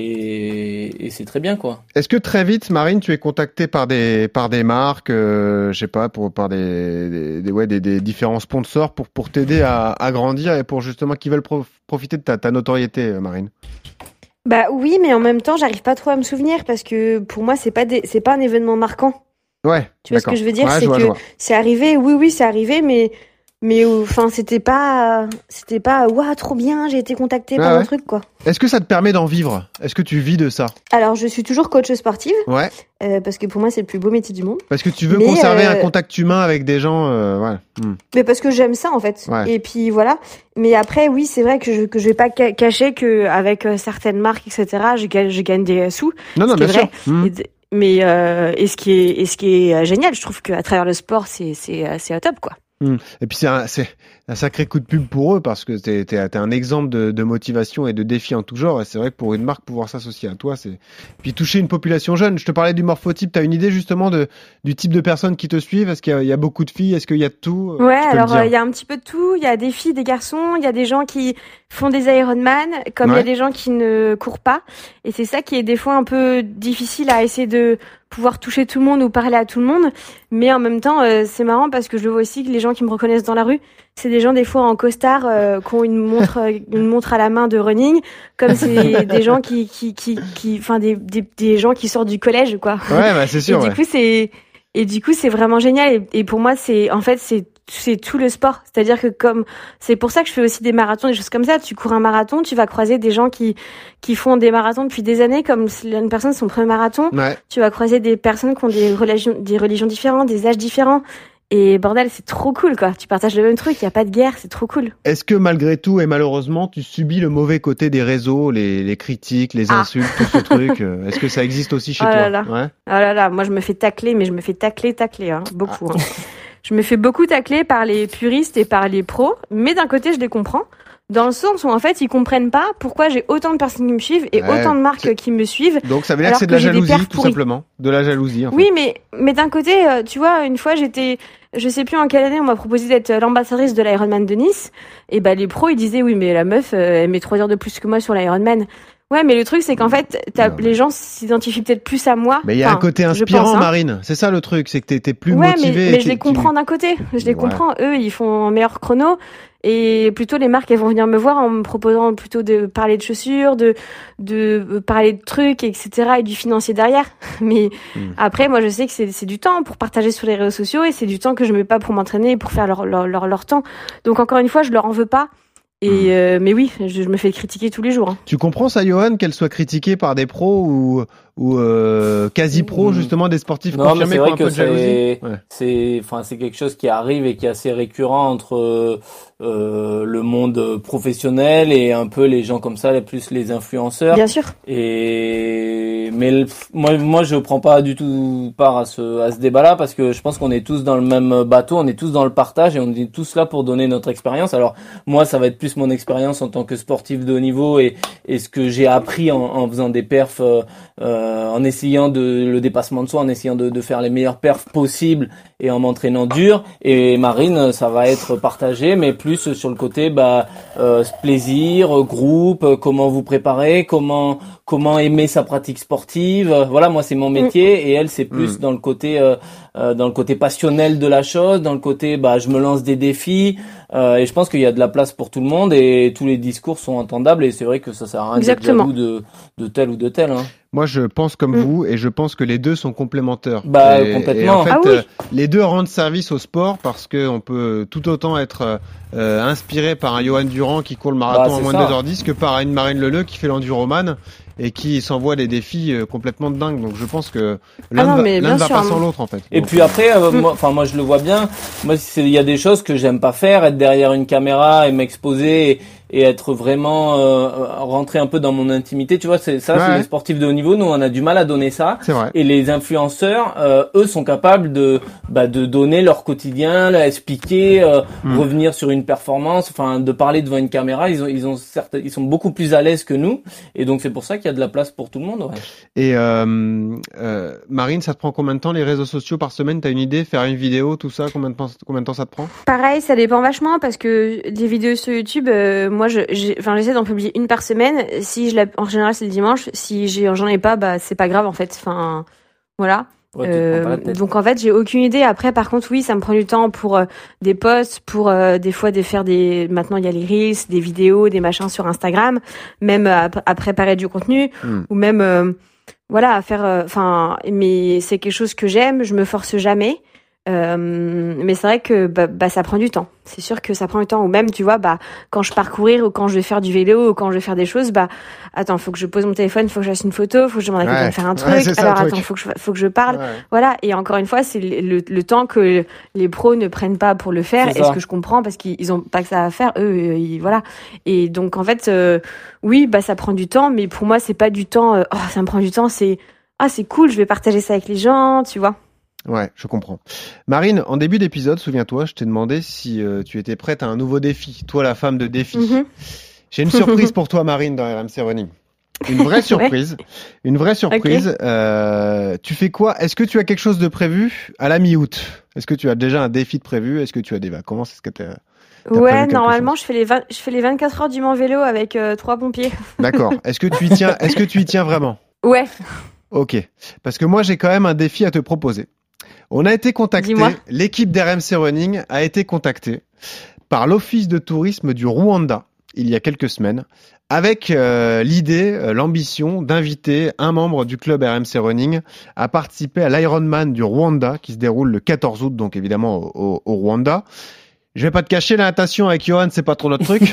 [SPEAKER 4] et, et c'est très bien, quoi.
[SPEAKER 3] Est-ce que très vite, Marine, tu es contactée par des par des marques, euh, je sais pas, pour par des des, des, ouais, des des différents sponsors pour pour t'aider à, à grandir et pour justement qui veulent pro- profiter de ta, ta notoriété, euh, Marine?
[SPEAKER 9] Bah oui, mais en même temps, j'arrive pas trop à me souvenir parce que pour moi, c'est pas des, c'est pas un événement marquant.
[SPEAKER 3] Ouais.
[SPEAKER 9] Tu vois ce que je veux dire,
[SPEAKER 3] Ouais,
[SPEAKER 9] c'est
[SPEAKER 3] je vois,
[SPEAKER 9] que
[SPEAKER 3] je vois.
[SPEAKER 9] c'est arrivé. Oui, oui, c'est arrivé, mais mais enfin, c'était pas, c'était pas, waouh, trop bien, j'ai été contactée
[SPEAKER 3] Ouais,
[SPEAKER 9] par
[SPEAKER 3] ouais.
[SPEAKER 9] un truc quoi.
[SPEAKER 3] Est-ce que ça te permet d'en vivre? Est-ce que tu vis de ça?
[SPEAKER 9] Alors, je suis toujours coach sportive
[SPEAKER 3] Ouais.
[SPEAKER 9] euh, parce que pour moi, c'est le plus beau métier du monde.
[SPEAKER 3] Parce que tu veux
[SPEAKER 9] Mais,
[SPEAKER 3] conserver
[SPEAKER 9] euh,
[SPEAKER 3] un contact humain avec des gens, euh, ouais. Hmm.
[SPEAKER 9] Mais parce que j'aime ça en fait.
[SPEAKER 3] Ouais.
[SPEAKER 9] Et puis voilà. Mais après, oui, c'est vrai que je que je vais pas ca- cacher que avec euh, certaines marques, et cetera, je gagne, je gagne des sous.
[SPEAKER 3] Non, non,
[SPEAKER 9] Ce qui
[SPEAKER 3] bien
[SPEAKER 9] est
[SPEAKER 3] sûr.
[SPEAKER 9] vrai.
[SPEAKER 3] Hmm.
[SPEAKER 9] Et d- Mais euh, et ce qui est et ce qui est euh, génial, je trouve qu'à travers le sport, c'est c'est euh, c'est au top quoi.
[SPEAKER 3] Hmm. Et puis c'est un, c'est un sacré coup de pub pour eux parce que t'es, t'es, t'es un exemple de, de motivation et de défi en tout genre. Et c'est vrai que pour une marque, pouvoir s'associer à toi, c'est. Puis toucher une population jeune. Je te parlais du morphotype. T'as une idée justement de du type de personnes qui te suivent? Est-ce qu'il y a, il y a beaucoup de filles? Est-ce qu'il y a de tout?
[SPEAKER 9] Ouais,
[SPEAKER 3] Tu peux me
[SPEAKER 9] alors
[SPEAKER 3] dire.
[SPEAKER 9] il y a un petit peu de tout. Il y a des filles, des garçons. Il y a des gens qui font des Ironman, comme il y
[SPEAKER 3] Ouais.
[SPEAKER 9] a des gens qui ne courent pas. Et c'est ça qui est des fois un peu difficile à essayer de pouvoir toucher tout le monde ou parler à tout le monde. Mais en même temps, euh, c'est marrant parce que je le vois aussi que les gens qui me reconnaissent dans la rue, c'est des gens des fois en costard euh, qui ont une montre, euh, une montre à la main de running, comme c'est des gens qui, qui, qui, qui, enfin des, des, des gens qui sortent du collège, quoi.
[SPEAKER 3] Ouais, bah c'est sûr.
[SPEAKER 9] Et
[SPEAKER 3] ouais.
[SPEAKER 9] du coup, c'est et du coup, c'est vraiment génial. Et, et pour moi, c'est en fait, c'est c'est tout le sport. C'est-à-dire que comme c'est pour ça que je fais aussi des marathons, des choses comme ça. Tu cours un marathon, tu vas croiser des gens qui qui font des marathons depuis des années, comme si une personne son premier marathon.
[SPEAKER 3] Ouais.
[SPEAKER 9] Tu vas croiser des personnes qui ont des religions, des religions différentes, des âges différents. Et bordel, c'est trop cool, quoi. Tu partages le même truc, il y a pas de guerre, c'est trop cool.
[SPEAKER 3] Est-ce que malgré tout et malheureusement, tu subis le mauvais côté des réseaux, les, les critiques, les
[SPEAKER 9] Ah.
[SPEAKER 3] insultes, tout ce truc euh, Est-ce que ça existe aussi chez
[SPEAKER 9] Oh
[SPEAKER 3] toi?
[SPEAKER 9] là là.
[SPEAKER 3] Ouais.
[SPEAKER 9] Oh là là, moi je me fais tacler, mais je me fais tacler, tacler, hein, beaucoup. Hein. Je me fais beaucoup tacler par les puristes et par les pros, mais d'un côté je les comprends, dans le sens où en fait ils comprennent pas pourquoi j'ai autant de personnes qui me suivent et
[SPEAKER 3] Ouais,
[SPEAKER 9] autant de marques
[SPEAKER 3] c'est-
[SPEAKER 9] qui me suivent.
[SPEAKER 3] Donc ça veut dire
[SPEAKER 9] Alors
[SPEAKER 3] que c'est de
[SPEAKER 9] que
[SPEAKER 3] la
[SPEAKER 9] j'ai des
[SPEAKER 3] jalousie,
[SPEAKER 9] perfs
[SPEAKER 3] tout
[SPEAKER 9] pourris.
[SPEAKER 3] simplement. De la jalousie, en fait.
[SPEAKER 9] Oui, mais mais d'un côté, euh, tu vois, une fois j'étais, je sais plus en quelle année, on m'a proposé d'être l'ambassadrice de l'Ironman de Nice, et bah les pros ils disaient oui mais la meuf euh, elle met trois heures de plus que moi sur l'Ironman. Ouais, mais le truc c'est qu'en fait t'as,
[SPEAKER 3] Non, mais-
[SPEAKER 9] les gens s'identifient peut-être plus à moi.
[SPEAKER 3] Mais il y a un
[SPEAKER 9] Enfin,
[SPEAKER 3] côté
[SPEAKER 9] je
[SPEAKER 3] inspirant,
[SPEAKER 9] pense, hein.
[SPEAKER 3] Marine. C'est ça le truc, c'est que t'es, t'es plus
[SPEAKER 9] Ouais,
[SPEAKER 3] motivé.
[SPEAKER 9] mais,
[SPEAKER 3] et
[SPEAKER 9] mais
[SPEAKER 3] tu-
[SPEAKER 9] je les
[SPEAKER 3] tu-
[SPEAKER 9] comprends d'un côté. Je les
[SPEAKER 3] Ouais.
[SPEAKER 9] comprends. Eux, ils font un meilleur chrono. Et plutôt, les marques, elles vont venir me voir en me proposant plutôt de parler de chaussures, de, de parler de trucs, et cetera, et du financier derrière. Mais
[SPEAKER 3] Hmm.
[SPEAKER 9] après, moi, je sais que c'est, c'est du temps pour partager sur les réseaux sociaux et c'est du temps que je mets pas pour m'entraîner et pour faire leur, leur, leur, leur temps. Donc, encore une fois, je leur en veux pas. Et,
[SPEAKER 3] Hmm.
[SPEAKER 9] euh, mais oui, je, je me fais critiquer tous les jours. Hein.
[SPEAKER 3] Tu comprends ça, Johan, qu'elle soit critiquée par des pros ou, ou euh, quasi-pros,
[SPEAKER 4] Mm.
[SPEAKER 3] justement, des sportifs
[SPEAKER 4] Non, mais
[SPEAKER 3] confirmés
[SPEAKER 4] c'est
[SPEAKER 3] qui ont
[SPEAKER 4] vrai
[SPEAKER 3] un peu
[SPEAKER 4] que
[SPEAKER 3] de jalousie?
[SPEAKER 4] c'est,
[SPEAKER 3] Ouais.
[SPEAKER 4] c'est, enfin, c'est quelque chose qui arrive et qui est assez récurrent entre euh, euh, le monde professionnel et un peu les gens comme ça, les plus les influenceurs.
[SPEAKER 9] Bien sûr.
[SPEAKER 4] Et mais le- moi, moi, je prends pas du tout part à ce à ce débat-là parce que je pense qu'on est tous dans le même bateau, on est tous dans le partage et on est tous là pour donner notre expérience. Alors moi, ça va être plus mon expérience en tant que sportif de haut niveau et et ce que j'ai appris en, en faisant des perfs, euh, euh, en essayant de le dépassement de soi, en essayant de, de faire les meilleures perfs possibles et en m'entraînant dur. Et Marine, ça va être partagé, mais plus sur le côté bah euh, plaisir, groupe, comment vous préparer, comment comment aimer sa pratique sportive. Voilà, moi c'est mon métier et elle c'est plus mmh. dans le côté euh, euh, dans le côté passionnel de la chose, dans le côté bah je me lance des défis euh, et je pense qu'il y a de la place pour tout le monde et tous les discours sont entendables et c'est vrai que ça sert à rien d'être jaloux de de tel ou de tel hein.
[SPEAKER 3] Moi, je pense comme mmh. vous et je pense que les deux sont complémentaires.
[SPEAKER 4] Bah,
[SPEAKER 3] et,
[SPEAKER 4] complètement.
[SPEAKER 3] Et en fait,
[SPEAKER 9] ah oui.
[SPEAKER 3] euh, les deux rendent service au sport parce que on peut tout autant être euh, inspiré par un Johan Durand qui court le marathon
[SPEAKER 4] bah,
[SPEAKER 3] en moins
[SPEAKER 4] ça.
[SPEAKER 3] de deux heures dix que par une Marine Leleu qui fait l'enduroman et qui s'envoie des défis euh, complètement de dingue. Donc, je pense que l'un
[SPEAKER 9] ah non,
[SPEAKER 3] va,
[SPEAKER 9] mais
[SPEAKER 3] l'un ne va
[SPEAKER 9] sûr,
[SPEAKER 3] pas
[SPEAKER 9] hein.
[SPEAKER 3] sans l'autre, en fait.
[SPEAKER 4] Et
[SPEAKER 3] Donc,
[SPEAKER 4] puis après, euh, mmh. moi, enfin moi je le vois bien. Moi, il y a des choses que j'aime pas faire, être derrière une caméra et m'exposer. Et... et être vraiment euh, rentrer un peu dans mon intimité, tu vois, c'est ça,
[SPEAKER 3] ouais,
[SPEAKER 4] c'est
[SPEAKER 3] ouais.
[SPEAKER 4] les sportifs de haut niveau. Nous, on a du mal à donner ça.
[SPEAKER 3] C'est vrai.
[SPEAKER 4] Et les influenceurs, euh, eux, sont capables de bah, de donner leur quotidien, là, expliquer, euh, mm. revenir sur une performance, enfin, de parler devant une caméra. Ils ont, ils ont certes, ils sont beaucoup plus à l'aise que nous. Et donc, c'est pour ça qu'il y a de la place pour tout le monde. Ouais.
[SPEAKER 3] Et euh, euh, Marine, ça te prend combien de temps les réseaux sociaux par semaine? T'as une idée? Faire une vidéo, tout ça, combien de temps, combien de temps ça te prend?
[SPEAKER 9] Pareil, ça dépend vachement parce que les vidéos sur YouTube, euh, moi, je, j'ai, enfin, j'essaie d'en publier une par semaine. Si je la, en général, c'est le dimanche. Si j'ai, j'en ai pas, bah, c'est pas grave en fait. Enfin, voilà.
[SPEAKER 4] Ouais,
[SPEAKER 9] euh, donc en fait, j'ai aucune idée. Après, par contre, oui, ça me prend du temps pour euh, des posts, pour euh, des fois de faire des. Maintenant, il y a les reels, des vidéos, des machins sur Instagram, même à, à préparer du contenu mm. ou même, euh, voilà, à faire. Enfin, euh, mais c'est quelque chose que j'aime. Je me force jamais. Euh, mais c'est vrai que bah, bah ça prend du temps. C'est sûr que ça prend du temps. Ou même, tu vois, bah quand je pars courir ou quand je vais faire du vélo ou quand je vais faire des choses, bah attends, faut que je pose mon téléphone, faut que je fasse une photo, faut que je demande à quelqu'un
[SPEAKER 3] ouais.
[SPEAKER 9] de faire un truc.
[SPEAKER 3] Ouais, ça,
[SPEAKER 9] Alors
[SPEAKER 3] le
[SPEAKER 9] attends,
[SPEAKER 3] truc.
[SPEAKER 9] faut que je faut que je parle.
[SPEAKER 3] Ouais.
[SPEAKER 9] Voilà. Et encore une fois, c'est le, le, le temps que les pros ne prennent pas pour le faire.
[SPEAKER 4] C'est
[SPEAKER 9] et
[SPEAKER 4] ça.
[SPEAKER 9] ce que je comprends parce qu'ils ont pas que ça à faire. Eux, ils, voilà. Et donc en fait, euh, oui, bah ça prend du temps, mais pour moi, c'est pas du temps. Euh, oh, ça me prend du temps. C'est ah, c'est cool. Je vais partager ça avec les gens, tu vois.
[SPEAKER 3] Ouais, je comprends. Marine, en début d'épisode, souviens-toi, je t'ai demandé si euh, tu étais prête à un nouveau défi. Toi, la femme de défi. Mm-hmm. J'ai une surprise pour toi, Marine, dans R M C Running. Une vraie surprise. ouais. Une vraie surprise. Okay. Euh, tu fais quoi? Est-ce que tu as quelque chose de prévu à la mi-août? Est-ce que tu as déjà un défi de prévu? Est-ce que tu as des vacances? Est-ce que t'as, t'as
[SPEAKER 9] ouais, normalement, je fais les vingt, je fais les vingt-quatre heures du Mont Vélo avec euh, trois pompiers.
[SPEAKER 3] D'accord. Est-ce que tu y tiens? Est-ce que tu y tiens vraiment?
[SPEAKER 9] Ouais.
[SPEAKER 3] Ok. Parce que moi, j'ai quand même un défi à te proposer. On a été contacté,
[SPEAKER 9] Dis-moi.
[SPEAKER 3] L'équipe d'R M C Running a été contactée par l'Office de tourisme du Rwanda il y a quelques semaines avec euh, l'idée, euh, l'ambition d'inviter un membre du club R M C Running à participer à l'Ironman du Rwanda qui se déroule le quatorze août, donc évidemment au, au, au Rwanda. Je vais pas te cacher, la natation avec Johan, c'est pas trop notre truc.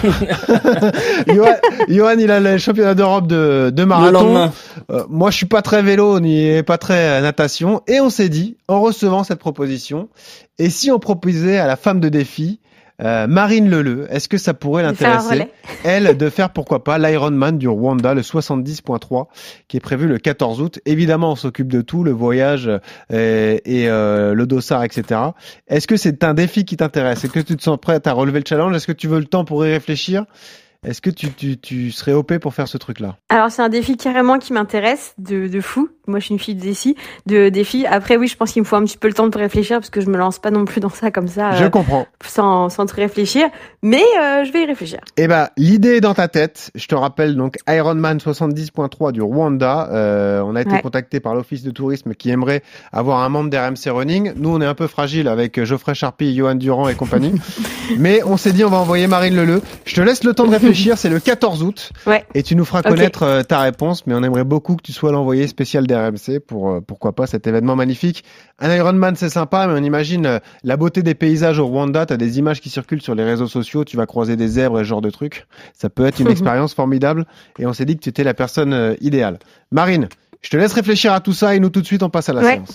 [SPEAKER 3] Johan, Johan, il a le championnat d'Europe de, de marathon. Euh, moi, je suis pas très vélo ni pas très natation. Et on s'est dit, en recevant cette proposition, et si on proposait à la femme de défi, euh, Marine Leleu, est-ce que ça pourrait l'intéresser, elle, de faire pourquoi pas l'Ironman du Rwanda, le soixante-dix virgule trois, qui est prévu le quatorze août. Évidemment, on s'occupe de tout, le voyage euh, et euh, le dossard, et cetera. Est-ce que c'est un défi qui t'intéresse? Est-ce que tu te sens prête à relever le challenge? Est-ce que tu veux le temps pour y réfléchir? Est-ce que tu, tu, tu serais O P pour faire ce truc-là?
[SPEAKER 9] Alors, c'est un défi carrément qui m'intéresse, de, de fou. Moi, je suis une fille de défi, de défi. Après, oui, je pense qu'il me faut un petit peu le temps de réfléchir parce que je me lance pas non plus dans ça comme ça.
[SPEAKER 3] Je
[SPEAKER 9] euh,
[SPEAKER 3] comprends.
[SPEAKER 9] Sans, sans trop réfléchir. Mais, euh, je vais y réfléchir.
[SPEAKER 3] Eh ben, l'idée est dans ta tête. Je te rappelle donc Ironman soixante-dix virgule trois du Rwanda. Euh, on a été ouais. contacté par l'Office de tourisme qui aimerait avoir un membre d'R M C Running. Nous, on est un peu fragile avec Geoffrey Charpie, Johan Durand et compagnie. Mais on s'est dit, on va envoyer Marine Leleu. Je te laisse le temps de réfléchir. C'est le quatorze août.
[SPEAKER 9] Ouais.
[SPEAKER 3] Et tu nous feras connaître okay. ta réponse. Mais on aimerait beaucoup que tu sois l'envoyé spécial d'R M C pour, pourquoi pas, cet événement magnifique. Un Ironman, c'est sympa, mais on imagine la beauté des paysages au Rwanda. T'as des images qui circulent sur les réseaux sociaux. Tu vas croiser des zèbres et ce genre de trucs. Ça peut être une expérience formidable. Et on s'est dit que tu étais la personne euh, idéale. Marine, je te laisse réfléchir à tout ça et nous, tout de suite, on passe à la
[SPEAKER 9] ouais.
[SPEAKER 3] séance.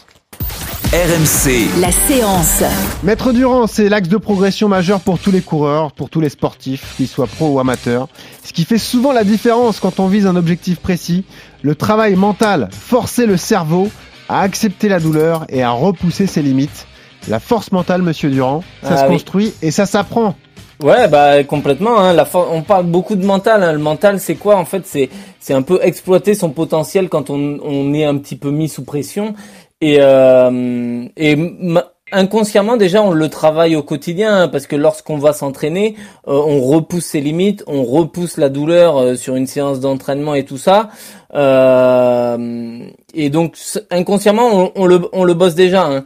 [SPEAKER 1] R M C.
[SPEAKER 2] La séance.
[SPEAKER 3] Maître Durand, c'est l'axe de progression majeur pour tous les coureurs, pour tous les sportifs, qu'ils soient pros ou amateurs. Ce qui fait souvent la différence quand on vise un objectif précis, le travail mental, forcer le cerveau à accepter la douleur et à repousser ses limites. La force mentale, monsieur Durand, ça ah, se oui. construit et ça s'apprend.
[SPEAKER 4] Ouais, bah complètement. Hein. La for- on parle beaucoup de mental. Hein. Le mental, c'est quoi en fait? C'est c'est un peu exploiter son potentiel quand on on est un petit peu mis sous pression. Et euh, et ma- Inconsciemment, déjà, on le travaille au quotidien, hein, parce que lorsqu'on va s'entraîner, euh, on repousse ses limites, on repousse la douleur euh, sur une séance d'entraînement et tout ça. Euh, et donc, inconsciemment, on, on le, on le bosse déjà. Hein.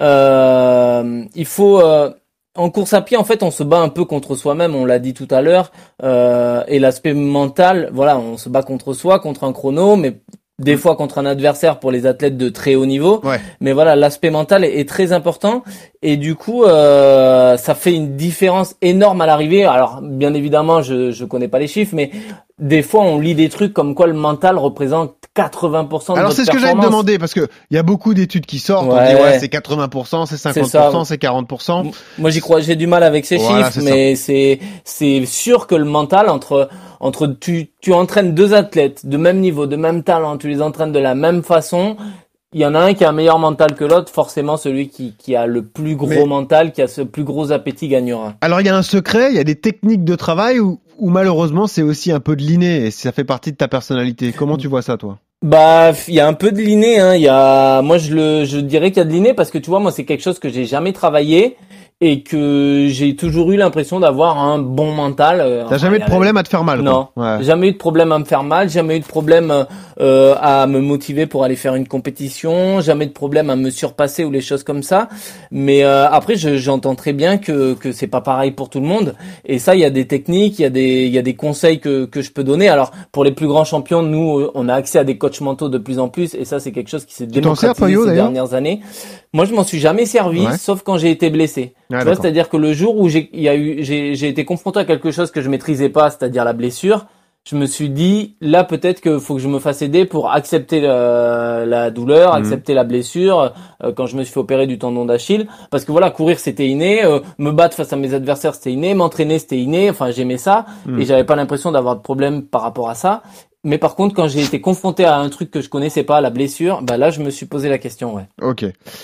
[SPEAKER 4] Euh, il faut, euh, en course à pied, en fait, on se bat un peu contre soi-même. On l'a dit tout à l'heure. Euh, et l'aspect mental, voilà, on se bat contre soi, contre un chrono, mais des fois contre un adversaire pour les athlètes de très haut niveau.
[SPEAKER 3] Ouais.
[SPEAKER 4] Mais voilà, l'aspect mental est, est très important et du coup, euh, ça fait une différence énorme à l'arrivée. Alors, bien évidemment, je je connais pas les chiffres, mais des fois, on lit des trucs comme quoi le mental représente quatre-vingts pour cent de
[SPEAKER 3] Alors
[SPEAKER 4] votre
[SPEAKER 3] c'est ce que
[SPEAKER 4] performance.
[SPEAKER 3] j'allais te demander parce que il y a beaucoup d'études qui sortent,
[SPEAKER 4] Ouais.
[SPEAKER 3] on dit ouais c'est quatre-vingts pour cent, c'est cinquante pour cent, c'est quarante pour cent.
[SPEAKER 4] Moi, j'y crois, j'ai du mal avec ces
[SPEAKER 3] Voilà,
[SPEAKER 4] chiffres,
[SPEAKER 3] c'est
[SPEAKER 4] mais c'est c'est sûr que le mental entre entre tu tu entraînes deux athlètes de même niveau, de même talent, tu les entraînes de la même façon. Il y en a un qui a un meilleur mental que l'autre, forcément celui qui, qui a le plus gros
[SPEAKER 3] Mais...
[SPEAKER 4] mental, qui a ce plus gros appétit gagnera.
[SPEAKER 3] Alors il y a un secret, il y a des techniques de travail où, où malheureusement c'est aussi un peu de l'inné et ça fait partie de ta personnalité. Comment tu vois ça toi ?
[SPEAKER 4] Bah, il y a un peu de l'inné, hein. Il y a, moi je le, je dirais qu'il y a de l'inné parce que tu vois, moi c'est quelque chose que j'ai jamais travaillé et que j'ai toujours eu l'impression d'avoir un bon mental.
[SPEAKER 3] T'as
[SPEAKER 4] enfin,
[SPEAKER 3] jamais eu de problème à te faire mal?
[SPEAKER 4] Non,
[SPEAKER 3] ouais.
[SPEAKER 4] Jamais eu de problème à me faire mal, jamais eu de problème euh, à me motiver pour aller faire une compétition, jamais de problème à me surpasser ou les choses comme ça. Mais euh, après, je, j'entends très bien que que c'est pas pareil pour tout le monde. Et ça, il y a des techniques, il y a des il y a des conseils que que je peux donner. Alors pour les plus grands champions, nous, on a accès à des coachs mentaux de plus en plus, et ça, c'est quelque chose qui s'est démocratisé ces dernières années. Moi, je m'en suis jamais servi, ouais. sauf quand j'ai été blessé.
[SPEAKER 3] Ah,
[SPEAKER 4] tu vois, c'est-à-dire que le jour où j'ai, il y a eu, j'ai, j'ai été confronté à quelque chose que je maîtrisais pas, c'est-à-dire la blessure, je me suis dit, là, peut-être que faut que je me fasse aider pour accepter la, la douleur, mmh. accepter la blessure, euh, quand je me suis fait opérer du tendon d'Achille. Parce que voilà, courir, c'était inné, euh, me battre face à mes adversaires, c'était inné, m'entraîner, c'était inné, enfin, j'aimais ça, mmh. et j'avais pas l'impression d'avoir de problème par rapport à ça. Mais par contre, quand j'ai été confronté à un truc que je connaissais pas, la blessure, bah là, je me suis posé la question, ouais.
[SPEAKER 3] Ok.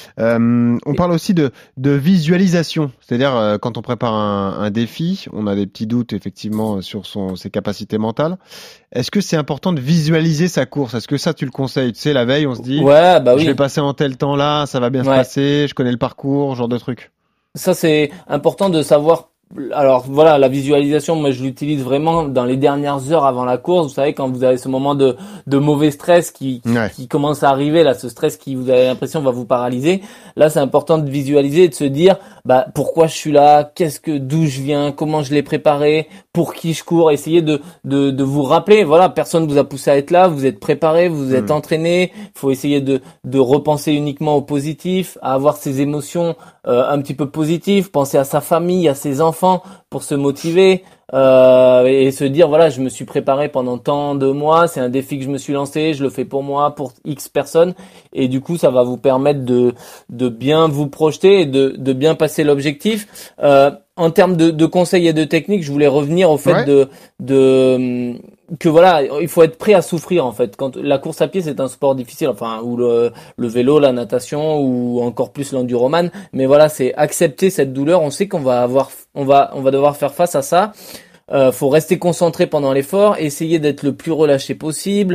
[SPEAKER 3] Euh, on parle aussi de, de visualisation. C'est-à-dire, euh, quand on prépare un, un défi, on a des petits doutes, effectivement, sur son, ses capacités mentales. Est-ce que c'est important de visualiser sa course? Est-ce que ça, tu le conseilles? Tu sais, la veille, on se dit,
[SPEAKER 4] ouais, bah oui.
[SPEAKER 3] je vais passer en tel temps là, ça va bien ouais. se passer, je connais le parcours, genre de truc.
[SPEAKER 4] Ça, c'est important de savoir. Alors voilà, la visualisation, moi je l'utilise vraiment dans les dernières heures avant la course. Vous savez, quand vous avez ce moment de de mauvais stress qui qui, ouais. qui commence à arriver, là, ce stress qui vous avez l'impression va vous paralyser. Là, c'est important de visualiser et de se dire, bah pourquoi je suis là, qu'est-ce que d'où je viens, comment je l'ai préparé, pour qui je cours. Essayez de de de vous rappeler. Voilà, personne vous a poussé à être là, vous êtes préparé, vous êtes mmh. entraîné. Il faut essayer de de repenser uniquement au positif, à avoir ses émotions euh, un petit peu positives, penser à sa famille, à ses enfants, pour se motiver euh, et se dire voilà, je me suis préparé pendant tant de mois, c'est un défi que je me suis lancé, je le fais pour moi, pour X personnes, et du coup ça va vous permettre de de bien vous projeter et de de bien passer l'objectif. Euh, en termes de, de conseils et de techniques, je voulais revenir au fait ouais. de de que voilà, il faut être prêt à souffrir en fait. Quand la course à pied, c'est un sport difficile, enfin ou le le vélo, la natation ou encore plus l'enduroman, mais voilà, c'est accepter cette douleur. On sait qu'on va avoir, on va on va devoir faire face à ça. Euh, faut rester concentré pendant l'effort, essayer d'être le plus relâché possible.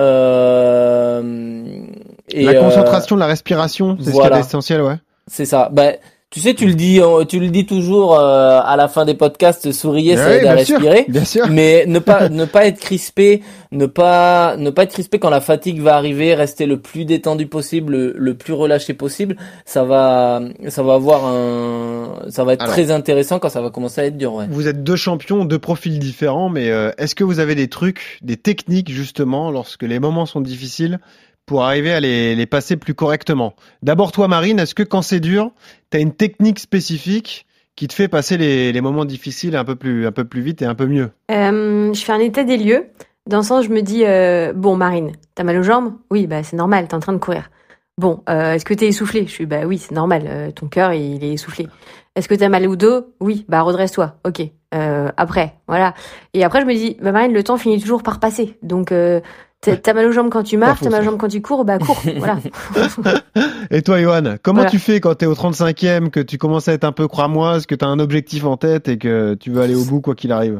[SPEAKER 4] Euh, et
[SPEAKER 3] la concentration, euh, la respiration, c'est voilà. ce qui est essentiel, ouais.
[SPEAKER 4] C'est ça. Bah, tu sais, tu le dis, tu le dis toujours euh, à la fin des podcasts, souriez, ça aide à respirer.
[SPEAKER 3] Sûr, bien sûr.
[SPEAKER 4] Mais ne pas, ne pas être crispé, ne pas, ne pas être crispé quand la fatigue va arriver, rester le plus détendu possible, le, le plus relâché possible. Ça va, ça va avoir un, ça va être Alors, très intéressant quand ça va commencer à être dur. Ouais.
[SPEAKER 3] Vous êtes deux champions, deux profils différents, mais euh, est-ce que vous avez des trucs, des techniques justement, lorsque les moments sont difficiles, pour arriver à les, les passer plus correctement? D'abord, toi, Marine, est-ce que quand c'est dur, tu as une technique spécifique qui te fait passer les, les moments difficiles un peu plus, un peu plus vite et un peu mieux?
[SPEAKER 9] euh, Je fais un état des lieux. Dans le sens, je me dis, euh, bon, Marine, t'as mal aux jambes? Oui, bah c'est normal, t'es en train de courir. Bon, euh, est-ce que t'es essoufflé? Je suis, bah oui, c'est normal, euh, ton cœur, il est essoufflé. Est-ce que t'as mal au dos? Oui, bah redresse-toi, ok. Euh, après, voilà. Et après, je me dis, bah Marine, le temps finit toujours par passer. Donc, euh, t'as mal aux jambes quand tu marches, t'as mal aux jambes quand tu cours, bah cours, voilà.
[SPEAKER 3] Et toi, Johan, comment
[SPEAKER 9] voilà.
[SPEAKER 3] tu fais quand t'es au trente-cinquième, que tu commences à être un peu cramoise, que t'as un objectif en tête et que tu veux aller au bout quoi qu'il arrive?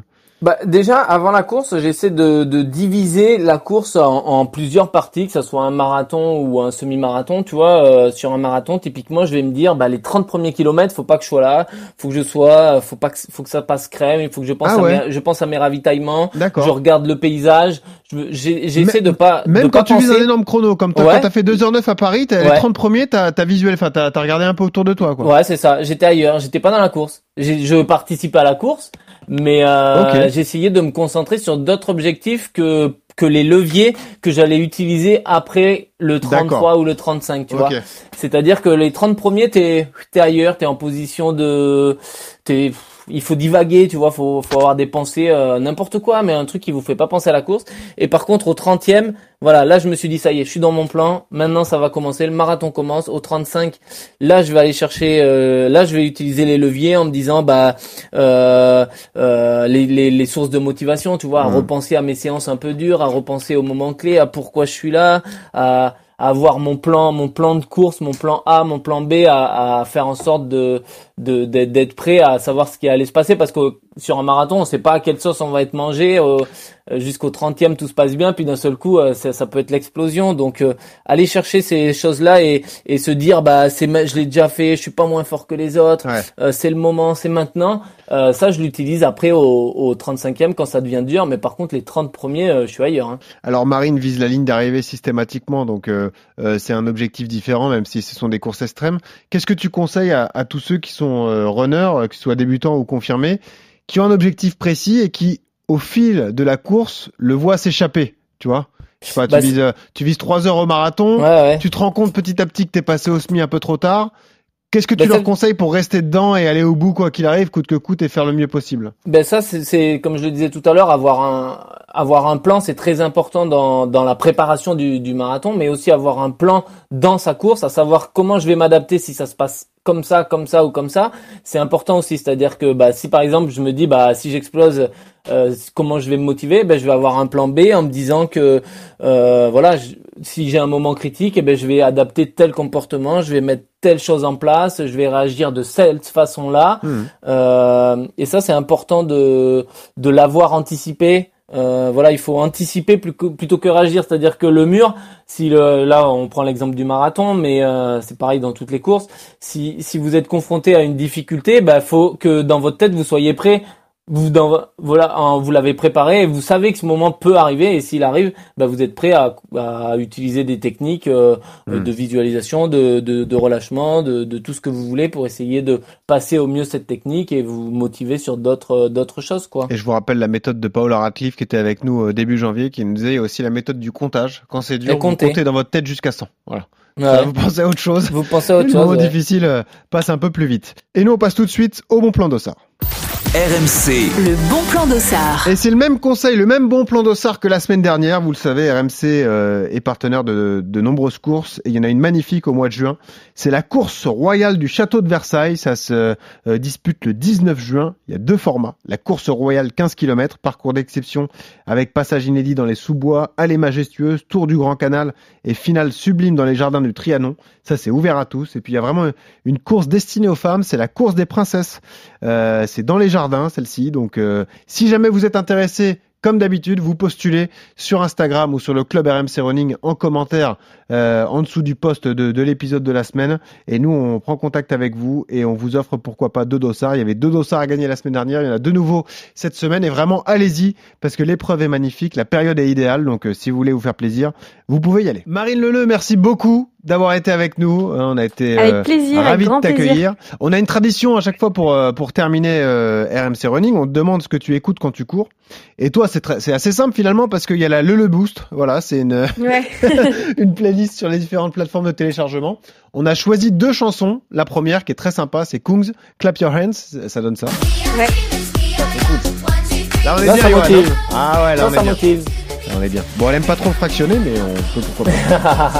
[SPEAKER 4] Bah déjà avant la course, j'essaie de, de diviser la course en, en plusieurs parties, que ça soit un marathon ou un semi-marathon. Tu vois, euh, sur un marathon, typiquement, je vais me dire, bah les trente premiers kilomètres, faut pas que je sois là, faut que je sois, faut pas que, faut que ça passe crème, il faut que je pense
[SPEAKER 3] ah
[SPEAKER 4] à
[SPEAKER 3] ouais.
[SPEAKER 4] mes, je pense à mes ravitaillements.
[SPEAKER 3] D'accord.
[SPEAKER 4] Je regarde le paysage. Je, j'ai, j'essaie
[SPEAKER 3] même,
[SPEAKER 4] de pas,
[SPEAKER 3] même
[SPEAKER 4] de
[SPEAKER 3] quand
[SPEAKER 4] pas
[SPEAKER 3] tu
[SPEAKER 4] penser...
[SPEAKER 3] vises un énorme chrono, comme t'as,
[SPEAKER 4] ouais.
[SPEAKER 3] quand t'as fait deux heures neuf à Paris, t'as
[SPEAKER 4] ouais.
[SPEAKER 3] les trente premiers, t'as, t'as visuel, enfin t'as, t'as regardé un peu autour de toi, quoi.
[SPEAKER 4] Ouais, c'est ça. J'étais ailleurs. J'étais pas dans la course. J'ai, je participais à la course. Mais euh,
[SPEAKER 3] okay.
[SPEAKER 4] j'essayais de me concentrer sur d'autres objectifs que que les leviers que j'allais utiliser après le trente-trois D'accord. ou le trente-cinq, tu okay. vois. C'est-à-dire que les trente premiers, t'es t'es ailleurs, t'es en position de t'es il faut divaguer, tu vois, faut faut avoir des pensées euh, n'importe quoi, mais un truc qui vous fait pas penser à la course. Et par contre au trentième, voilà, là je me suis dit ça y est, je suis dans mon plan. Maintenant ça va commencer, le marathon commence. Au trente-cinq, là je vais aller chercher, euh, là je vais utiliser les leviers en me disant bah euh, euh, les, les les sources de motivation, tu vois, à mmh. repenser à mes séances un peu dures, à repenser aux moments clés, à pourquoi je suis là, à à avoir mon plan, mon plan de course, mon plan A, mon plan B, à, à faire en sorte de, de, d'être, d'être prêt à savoir ce qui allait se passer, parce que sur un marathon, on sait pas à quelle sauce on va être mangé, euh, jusqu'au trentième, tout se passe bien, puis d'un seul coup, euh, ça, ça peut être l'explosion. Donc, euh, aller chercher ces choses-là et, et se dire, bah, c'est, je l'ai déjà fait, je suis pas moins fort que les autres, ouais. euh, c'est le moment, c'est maintenant. Euh, ça, je l'utilise après au, au trente-cinquième quand ça devient dur, mais par contre, les trente premiers, euh, je suis ailleurs. Hein.
[SPEAKER 3] Alors, Marine vise la ligne d'arrivée systématiquement, donc euh, euh, c'est un objectif différent, même si ce sont des courses extrêmes. Qu'est-ce que tu conseilles à, à tous ceux qui sont euh, runners, qu'ils soient débutants ou confirmés, qui ont un objectif précis et qui, au fil de la course, le voient s'échapper, tu vois? Je sais pas, tu, bah, vises, euh, tu vises trois heures au marathon, ouais, ouais. tu te rends compte petit à petit que t'es passé au semi un peu trop tard. Qu'est-ce que tu ben leur ça... conseilles pour rester dedans et aller au bout quoi qu'il arrive, coûte que coûte, et faire le mieux possible?
[SPEAKER 4] Ben ça, c'est, c'est comme je le disais tout à l'heure, avoir un avoir un plan, c'est très important dans dans la préparation du, du marathon, mais aussi avoir un plan dans sa course, à savoir comment je vais m'adapter si ça se passe comme ça, comme ça ou comme ça. C'est important aussi, c'est-à-dire que bah si par exemple je me dis bah si j'explose, euh, comment je vais me motiver, ben je vais avoir un plan B en me disant que euh, voilà, je, si j'ai un moment critique, eh ben je vais adapter tel comportement, je vais mettre telle chose en place, je vais réagir de cette façon-là. Mmh. Euh, et ça c'est important de de l'avoir anticipé. Euh, voilà, il faut anticiper plus que, plutôt que réagir, c'est-à-dire que le mur, si le, là on prend l'exemple du marathon, mais euh, c'est pareil dans toutes les courses. Si si vous êtes confronté à une difficulté, bah faut que dans votre tête vous soyez prêt. Vous dans, voilà, vous l'avez préparé et vous savez que ce moment peut arriver, et s'il arrive, bah vous êtes prêt à, à utiliser des techniques euh, mmh. de visualisation, de, de, de relâchement, de, de tout ce que vous voulez pour essayer de passer au mieux cette technique et vous motiver sur d'autres d'autres choses quoi.
[SPEAKER 3] Et je vous rappelle la méthode de Paola Radcliffe qui était avec nous au début janvier, qui nous disait aussi la méthode du comptage. Quand c'est dur, vous comptez dans votre tête jusqu'à cent. Voilà. Ouais. Ça, vous pensez à autre chose.
[SPEAKER 4] Vous pensez à autre
[SPEAKER 3] Le
[SPEAKER 4] chose. Le
[SPEAKER 3] moment
[SPEAKER 4] ouais.
[SPEAKER 3] difficile euh, passe un peu plus vite. Et nous on passe tout de suite au bon plan d'Ossard.
[SPEAKER 1] R M C.
[SPEAKER 2] Le bon plan d'Ossard.
[SPEAKER 3] Et c'est le même conseil, le même bon plan d'Ossard que la semaine dernière. Vous le savez, R M C euh, est partenaire de, de nombreuses courses. Et il y en a une magnifique au mois de juin. C'est la course royale du château de Versailles. Ça se euh, dispute le dix-neuf juin. Il y a deux formats. La course royale quinze kilomètres, parcours d'exception avec passage inédit dans les sous-bois, allée majestueuse, tour du Grand Canal et finale sublime dans les jardins du Trianon. Ça, c'est ouvert à tous. Et puis, il y a vraiment une course destinée aux femmes. C'est la course des princesses. Euh, c'est dans les jardins, celle-ci. Donc, euh, si jamais vous êtes intéressé, comme d'habitude, vous postulez sur Instagram ou sur le club R M C Running en commentaire euh, en dessous du post de, de l'épisode de la semaine. Et nous, on prend contact avec vous et on vous offre pourquoi pas deux dossards. Il y avait deux dossards à gagner la semaine dernière. Il y en a de nouveau cette semaine. Et vraiment, allez-y parce que l'épreuve est magnifique. La période est idéale. Donc, euh, si vous voulez vous faire plaisir, vous pouvez y aller. Marine Leleu, merci beaucoup d'avoir été avec nous. On a été
[SPEAKER 9] avec plaisir,
[SPEAKER 3] euh, ravis
[SPEAKER 9] avec
[SPEAKER 3] de t'accueillir.
[SPEAKER 9] Plaisir.
[SPEAKER 3] On a une tradition à chaque fois pour euh, pour terminer euh, R M C Running. On te demande ce que tu écoutes quand tu cours. Et toi, c'est très, c'est assez simple finalement parce qu'il y a la Leleu Boost. Voilà, c'est une
[SPEAKER 9] ouais. une
[SPEAKER 3] playlist sur les différentes plateformes de téléchargement. On a choisi deux chansons. La première qui est très sympa, c'est Kungs, Clap Your Hands. Ça donne ça.
[SPEAKER 9] Ouais.
[SPEAKER 3] Ça, c'est cool. Là, on est
[SPEAKER 4] là,
[SPEAKER 3] bien.
[SPEAKER 4] Ça motive.
[SPEAKER 3] Ah ouais, là,
[SPEAKER 4] là
[SPEAKER 3] on
[SPEAKER 4] ça
[SPEAKER 3] est bien.
[SPEAKER 4] motive.
[SPEAKER 3] Là, on est bien. Bon, elle aime pas trop le fractionner, mais on peut pourquoi pas.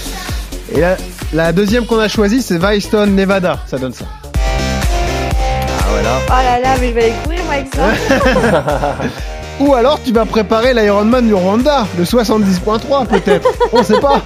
[SPEAKER 3] Et la, la deuxième qu'on a choisie, c'est Vicestone Nevada. Ça donne ça. Ah voilà.
[SPEAKER 9] Oh là là, mais je vais aller courir moi avec ça.
[SPEAKER 3] Ou alors tu vas préparer l'Ironman du Rwanda, le soixante-dix virgule trois peut-être. On sait pas.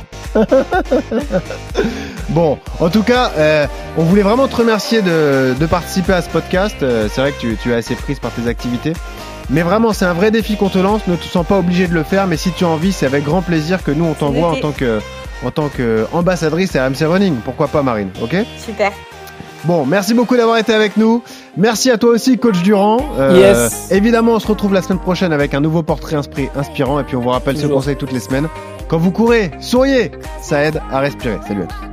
[SPEAKER 3] Bon, en tout cas, euh, on voulait vraiment te remercier de, de participer à ce podcast. Euh, c'est vrai que tu, tu es assez prise par tes activités. Mais vraiment, c'est un vrai défi qu'on te lance. Ne te sens pas obligé de le faire, mais si tu as envie, c'est avec grand plaisir que nous on t'envoie en tant que en tant que ambassadrice R M C Running. Pourquoi pas, Marine? Ok.
[SPEAKER 9] Super.
[SPEAKER 3] Bon, merci beaucoup d'avoir été avec nous. Merci à toi aussi, coach Durand.
[SPEAKER 4] Euh, yes.
[SPEAKER 3] Évidemment, on se retrouve la semaine prochaine avec un nouveau portrait inspirant. Et puis, on vous rappelle Toujours. ce conseil toutes les semaines. Quand vous courez, souriez. Ça aide à respirer. Salut à tous.